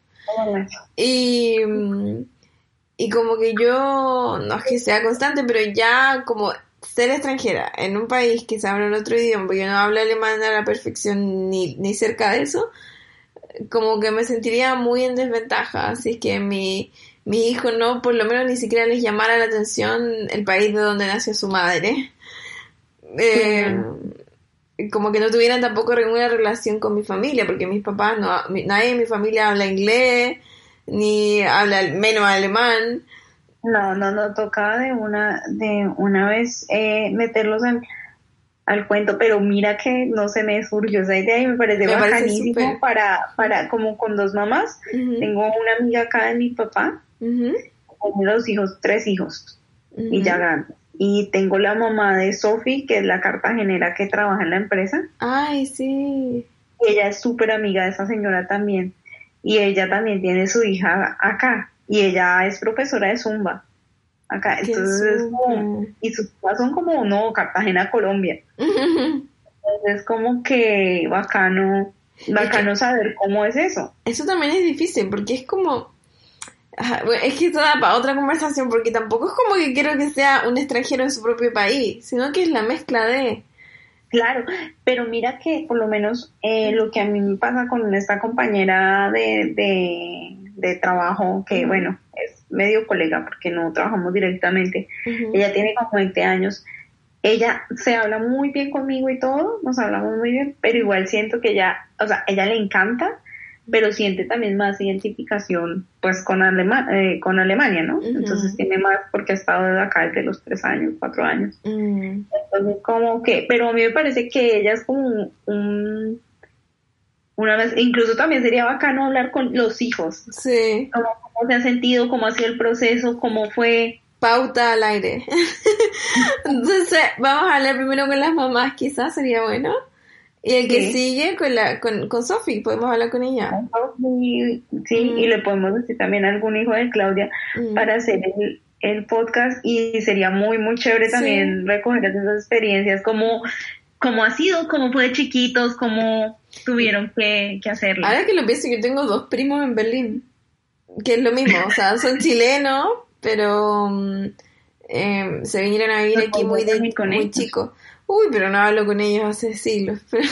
Y... Um, Y como que yo, no es que sea constante, pero ya como ser extranjera en un país que se habla en otro idioma, porque yo no hablo alemán a la perfección ni, ni cerca de eso, como que me sentiría muy en desventaja. Así que mi, mi hijo no, por lo menos ni siquiera les llamara la atención el país de donde nació su madre. Eh, sí. Como que no tuvieran tampoco ninguna relación con mi familia, porque mis papás, no, nadie de mi familia habla inglés, ni habla menos alemán.
No, no, no, tocaba de una, de una vez eh, meterlos en, al cuento, pero mira que no se me surgió esa idea y me parece me bacanísimo parece para, para, como con dos mamás. Uh-huh. Tengo una amiga acá de mi papá, uh-huh. con los hijos, tres hijos, uh-huh. y ya grandes. Y tengo la mamá de Sophie, que es la cartagenera que trabaja en la empresa.
Ay, sí.
Y ella es súper amiga de esa señora también. Y ella también tiene su hija acá. Y ella es profesora de Zumba acá. Qué entonces, es como, y sus papás son como, no, Cartagena, Colombia. Uh-huh. Entonces, como que bacano, bacano es que, saber cómo es eso.
Eso también es difícil, porque es como, es que esto da para otra conversación, porque tampoco es como que quiero que sea un extranjero en su propio país, sino que es la mezcla de...
Claro, pero mira que por lo menos eh, lo que a mí me pasa con esta compañera de, de, de trabajo, que uh-huh. bueno, es medio colega porque no trabajamos directamente, uh-huh. ella tiene como veinte años, ella se habla muy bien conmigo y todo, nos hablamos muy bien, pero igual siento que ella, o sea, ella le encanta, pero siente también más identificación pues con, Alema eh, con Alemania, ¿no? Uh-huh. Entonces tiene más porque ha estado acá desde los tres años, cuatro años. Uh-huh. Entonces como que, pero a mí me parece que ella es como un, un una vez, incluso también sería bacano hablar con los hijos.
Sí.
Cómo, cómo se han sentido, cómo ha sido el proceso, cómo fue.
Pauta al aire. Entonces, vamos a hablar primero con las mamás, quizás sería bueno. Y el que sí. sigue con la con, con Sophie, podemos hablar con ella.
Sí, sí mm. y le podemos decir también a algún hijo de Claudia mm. para hacer el, el podcast. Y sería muy, muy chévere sí. también recoger esas experiencias, como, como ha sido, como fue de chiquitos, como tuvieron que, que hacerlo.
Ahora que lo pienso, yo tengo dos primos en Berlín, que es lo mismo, o sea, son chilenos, pero um, eh, se vinieron a vivir no, aquí muy, de, muy chicos. Uy, pero no hablo con ellos hace siglos. Pero...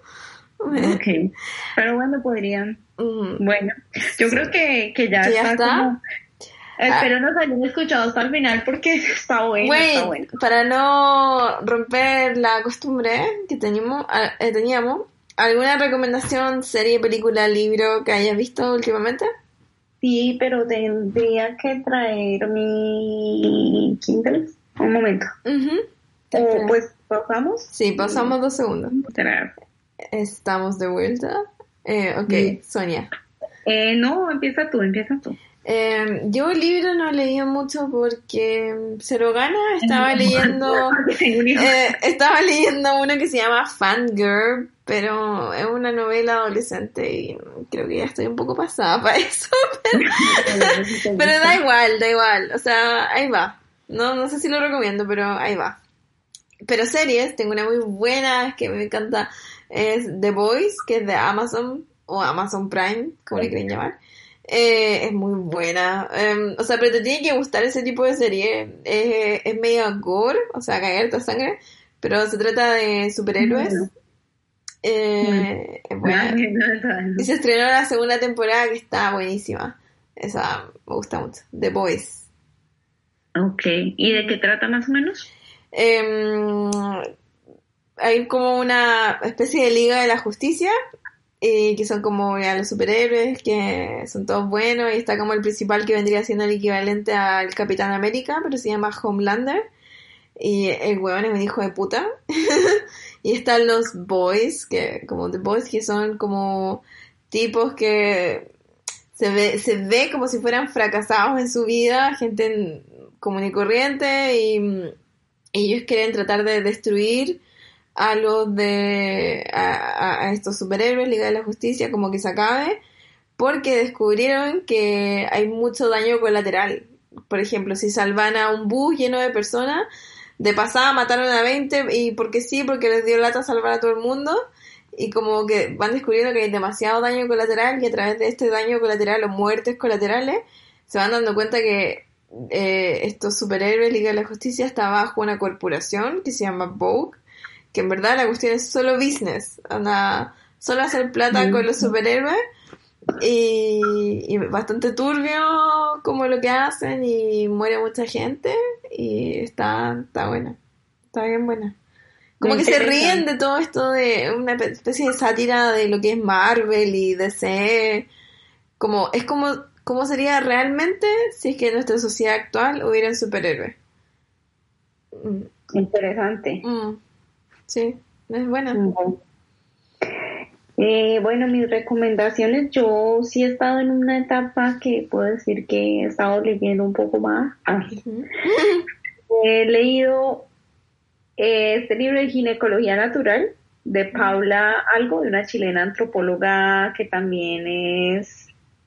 ok, pero bueno, podrían. Uh-huh. Bueno, yo sí. creo que, que ya
¿Que
está,
ya está?
Como... Espero ah. nos hayan escuchado hasta el final porque está bueno,
Wait,
está bueno.
Para no romper la costumbre que teníamos, eh, teníamos, ¿alguna recomendación, serie, película, libro que hayas visto últimamente?
Sí, pero tendría que traer mi Kindle. Un momento.
Uh-huh.
Eh, pues, ¿pasamos?
Sí, pasamos dos segundos. Estamos de vuelta. Eh, ok, sí. Sonia.
Eh, no, empieza tú, empieza tú.
Eh, yo el libro no he leído mucho porque se lo gana. Estaba leyendo eh, estaba leyendo uno que se llama Fangirl, pero es una novela adolescente y creo que ya estoy un poco pasada para eso, pero, pero da igual, da igual, o sea, ahí va. No, no sé si lo recomiendo, pero ahí va. Pero series, tengo una muy buena que me encanta, es The Boys, que es de Amazon o Amazon Prime, como le quieren llamar. Eh, es muy buena, um, o sea, pero te tiene que gustar ese tipo de serie. Eh, es medio gore, o sea, caer toda sangre, pero se trata de superhéroes. Mm. Eh, mm. Es buena. Y se estrenó la segunda temporada que está buenísima. Esa me gusta mucho. The Boys.
Ok, ¿y de qué trata más o menos?
Eh, hay como una especie de Liga de la Justicia. Y que son como ya los superhéroes, que son todos buenos, y está como el principal que vendría siendo el equivalente al Capitán América, pero se llama Homelander, y el huevón es un hijo de puta. Y están los boys, que como The Boys, que son como tipos que se ve, se ve como si fueran fracasados en su vida, gente común y corriente, y, y ellos quieren tratar de destruir a los de a, a estos superhéroes, Liga de la Justicia, como que se acabe, porque descubrieron que hay mucho daño colateral. Por ejemplo, si salvan a un bus lleno de personas, de pasada mataron a veinte, y porque sí, porque les dio lata salvar a todo el mundo, y como que van descubriendo que hay demasiado daño colateral, y a través de este daño colateral o muertes colaterales se van dando cuenta que eh, estos superhéroes, Liga de la Justicia, está bajo una corporación que se llama Vogue, que en verdad la cuestión es solo business, anda, solo hacer plata mm. con los superhéroes, y, y bastante turbio como lo que hacen, y muere mucha gente, y está, está buena, está bien buena. Como que se ríen de todo esto, de una especie de sátira de lo que es Marvel y D C, como, es como, cómo sería realmente si es que en nuestra sociedad actual hubieran superhéroes.
Interesante.
Mm. Sí, es buena.
Uh-huh. Eh, bueno, mis recomendaciones, yo sí he estado en una etapa que puedo decir que he estado leyendo un poco más. Ah. Uh-huh. He leído eh, este libro de Ginecología Natural de Paula Algo, de una chilena antropóloga que también es,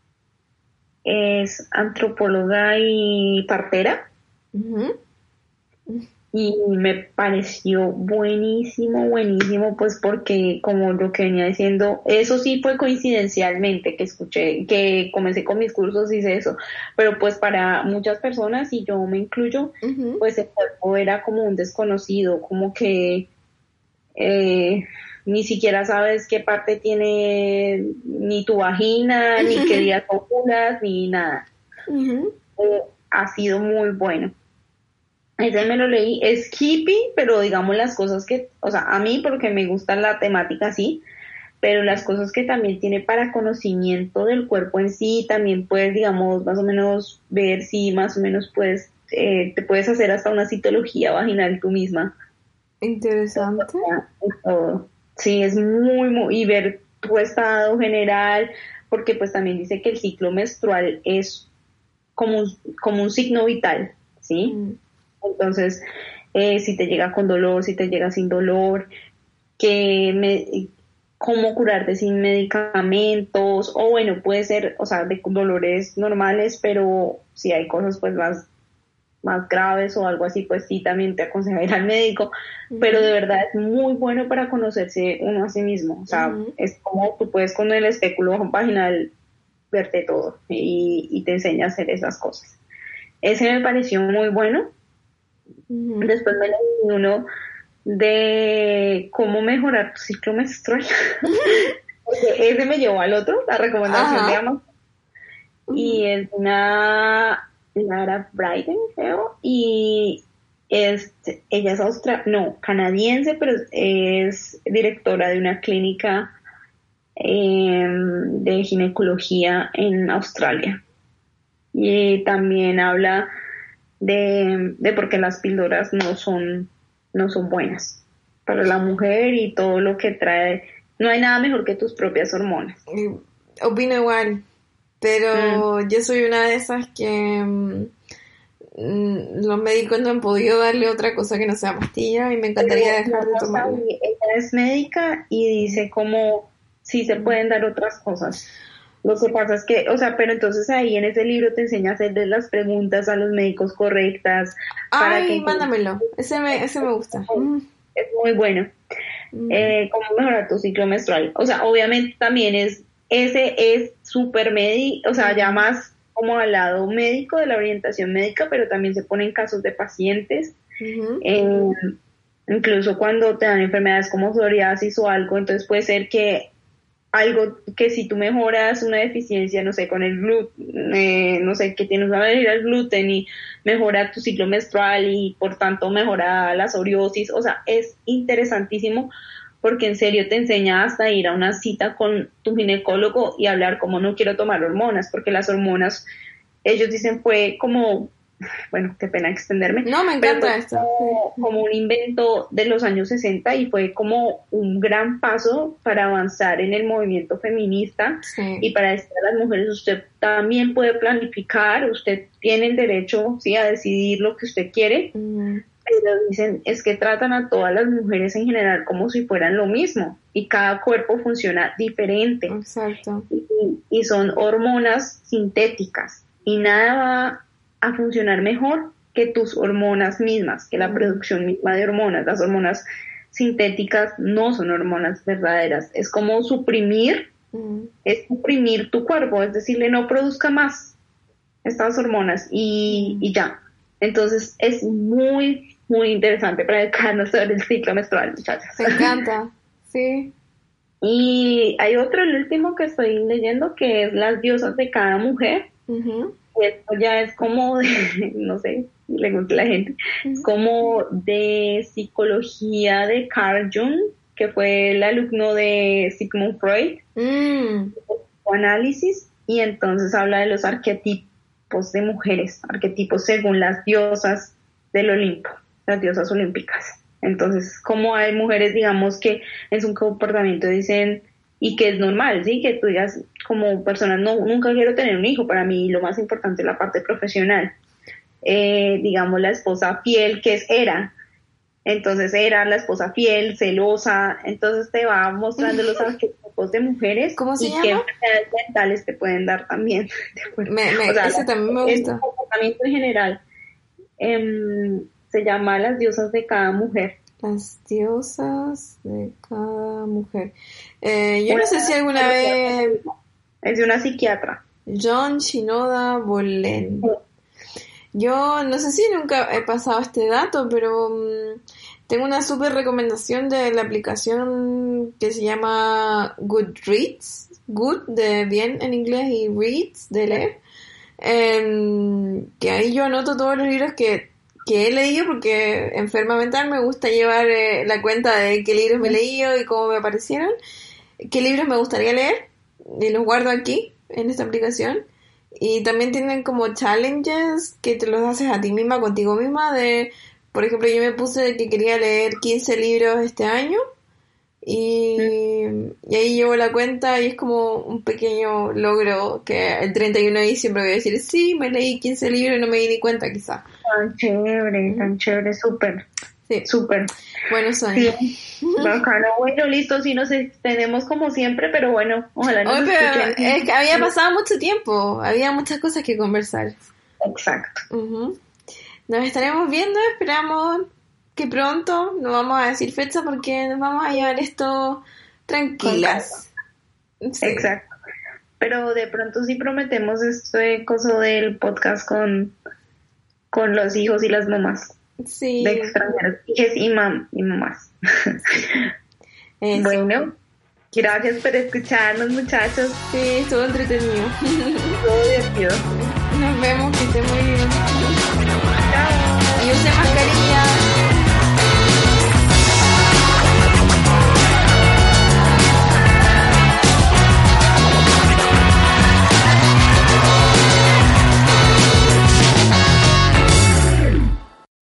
es antropóloga y partera. Uh-huh. Y me pareció buenísimo, buenísimo, pues porque como lo que venía diciendo, eso sí fue coincidencialmente que escuché, que comencé con mis cursos y hice eso, pero pues para muchas personas, y yo me incluyo, uh-huh. pues el cuerpo era como un desconocido, como que eh, ni siquiera sabes qué parte tiene ni tu vagina, ni qué días ovulas, ni nada. Uh-huh. Eh, ha sido muy bueno. Ese me lo leí, es hippie, pero digamos las cosas que, o sea, a mí porque me gusta la temática así, pero las cosas que también tiene para conocimiento del cuerpo en sí, también puedes, digamos, más o menos ver si más o menos puedes, eh, te puedes hacer hasta una citología vaginal tú misma.
Interesante.
Todo. Sí, es muy, muy, y ver tu estado general, porque pues también dice que el ciclo menstrual es como un, como un signo vital, ¿sí? Mm. Entonces, eh, si te llega con dolor, si te llega sin dolor, que me, cómo curarte sin medicamentos, o bueno, puede ser, o sea, de dolores normales, pero si hay cosas pues más, más graves o algo así, pues sí, también te aconseja ir al médico, uh-huh. Pero de verdad es muy bueno para conocerse uno a sí mismo, o sea, uh-huh. Es como tú puedes con el espéculo vaginal verte todo y, y te enseña a hacer esas cosas. Ese me pareció muy bueno. Uh-huh. Después me leí uno de cómo mejorar tu ciclo menstrual. Porque ese me llevó al otro, la recomendación Ajá. de Amazon. Uh-huh. Y es una Lara Brayden, creo, y es, ella es austra, no, canadiense, pero es directora de una clínica eh, de ginecología en Australia. Y también habla de, de por qué las píldoras no son no son buenas para la mujer y todo lo que trae. No hay nada mejor que tus propias hormonas.
Opino igual, pero mm. yo soy una de esas que mm, los médicos no han podido darle otra cosa que no sea pastilla y me encantaría pero dejar de tomarla.
Ella es médica y dice como sí se pueden dar otras cosas. Lo que pasa es que, o sea, pero entonces ahí en ese libro te enseña a hacerle las preguntas a los médicos correctas.
Ay,
para que
mándamelo, ese me, ese me gusta.
Es muy bueno. Mm. Eh, cómo mejorar tu ciclo menstrual. O sea, obviamente también es, ese es súper médico, o sea, ya más como al lado médico de la orientación médica, pero también se pone en casos de pacientes. Uh-huh. Eh, incluso cuando te dan enfermedades como psoriasis o algo, entonces puede ser que algo que si tú mejoras una deficiencia, no sé, con el gluten, eh, no sé, que tienes una alergia al gluten y mejora tu ciclo menstrual y por tanto mejora la psoriasis, o sea, es interesantísimo porque en serio te enseña hasta ir a una cita con tu ginecólogo y hablar como no quiero tomar hormonas, porque las hormonas, ellos dicen fue como, bueno, qué pena extenderme.
No, me encanta esto.
Como, como un invento de los años sesenta y fue como un gran paso para avanzar en el movimiento feminista sí. Y para decir a las mujeres, usted también puede planificar, usted tiene el derecho sí, a decidir lo que usted quiere, mm. Pero dicen, es que tratan a todas las mujeres en general como si fueran lo mismo y cada cuerpo funciona diferente.
Exacto.
Y, y son hormonas sintéticas y nada va a funcionar mejor que tus hormonas mismas, que la mm. producción misma de hormonas. Las hormonas sintéticas no son hormonas verdaderas, es como suprimir, mm. es suprimir tu cuerpo, es decirle no produzca más estas hormonas y, mm. y ya. Entonces es muy, muy interesante para educarnos sobre el ciclo menstrual, muchachos.
Me encanta, sí.
Y hay otro, el último que estoy leyendo, que es Las diosas de cada mujer. Uh-huh. Esto ya es como de, no sé, le gusta a la gente, uh-huh. Es como de psicología de Carl Jung, que fue el alumno de Sigmund Freud, uh-huh. Análisis, y entonces habla de los arquetipos de mujeres, arquetipos según las diosas del Olimpo, las diosas olímpicas. Entonces, como hay mujeres, digamos, que en su comportamiento dicen, y que es normal, ¿sí? Que tú digas, como persona, no, nunca quiero tener un hijo, para mí lo más importante es la parte profesional. Eh, digamos, la esposa fiel, que es Hera. Entonces, Hera, la esposa fiel, celosa, entonces te va mostrando los arquetipos de mujeres.
¿Cómo se
y
llama?
qué enfermedades mentales te pueden dar también.
Me, me, o sea, ese la, también me gusta.
El comportamiento en general. Eh, se llama Las diosas de cada mujer.
Las diosas de cada mujer. Eh, yo una no sé si alguna vez...
Es de una psiquiatra.
John Shinoda Bolen. Sí. Yo no sé si nunca he pasado este dato, pero um, tengo una súper recomendación de la aplicación que se llama Goodreads. Good de bien en inglés y Reads de leer. Eh, que ahí yo anoto todos los libros que, que he leído porque enferma mental me gusta llevar eh, la cuenta de qué libros me he leído y cómo me aparecieron. qué libros me gustaría leer y los guardo aquí, en esta aplicación. Y también tienen como challenges que te los haces a ti misma, contigo misma, de, por ejemplo, yo me puse de que quería leer quince libros este año y, y ahí llevo la cuenta y es como un pequeño logro que el treinta y uno de diciembre voy a decir, sí, me leí quince libros y no me di ni cuenta quizás.
Tan chévere, tan chévere, súper.
Sí.
Súper.
Bueno, Sonia.
Sí. Bacano. Bueno, listo, sí nos extendemos como siempre, pero bueno, ojalá nos
Oye, pero
escuchen.
es que había pasado mucho tiempo, había muchas cosas que conversar.
Exacto.
Uh-huh. Nos estaremos viendo, esperamos que pronto, no vamos a decir fecha porque nos vamos a llevar esto tranquilas.
Sí. Exacto. Pero de pronto sí prometemos este coso del podcast con, con los hijos y las mamás.
Sí.
De extranjeros, hijos y, mam y mamás. Bueno, gracias por escucharnos, muchachos.
Sí, estuvo entretenido.
Estuvo divertido.
Nos vemos, que esté muy bien.
Chao.
Y use mascarilla.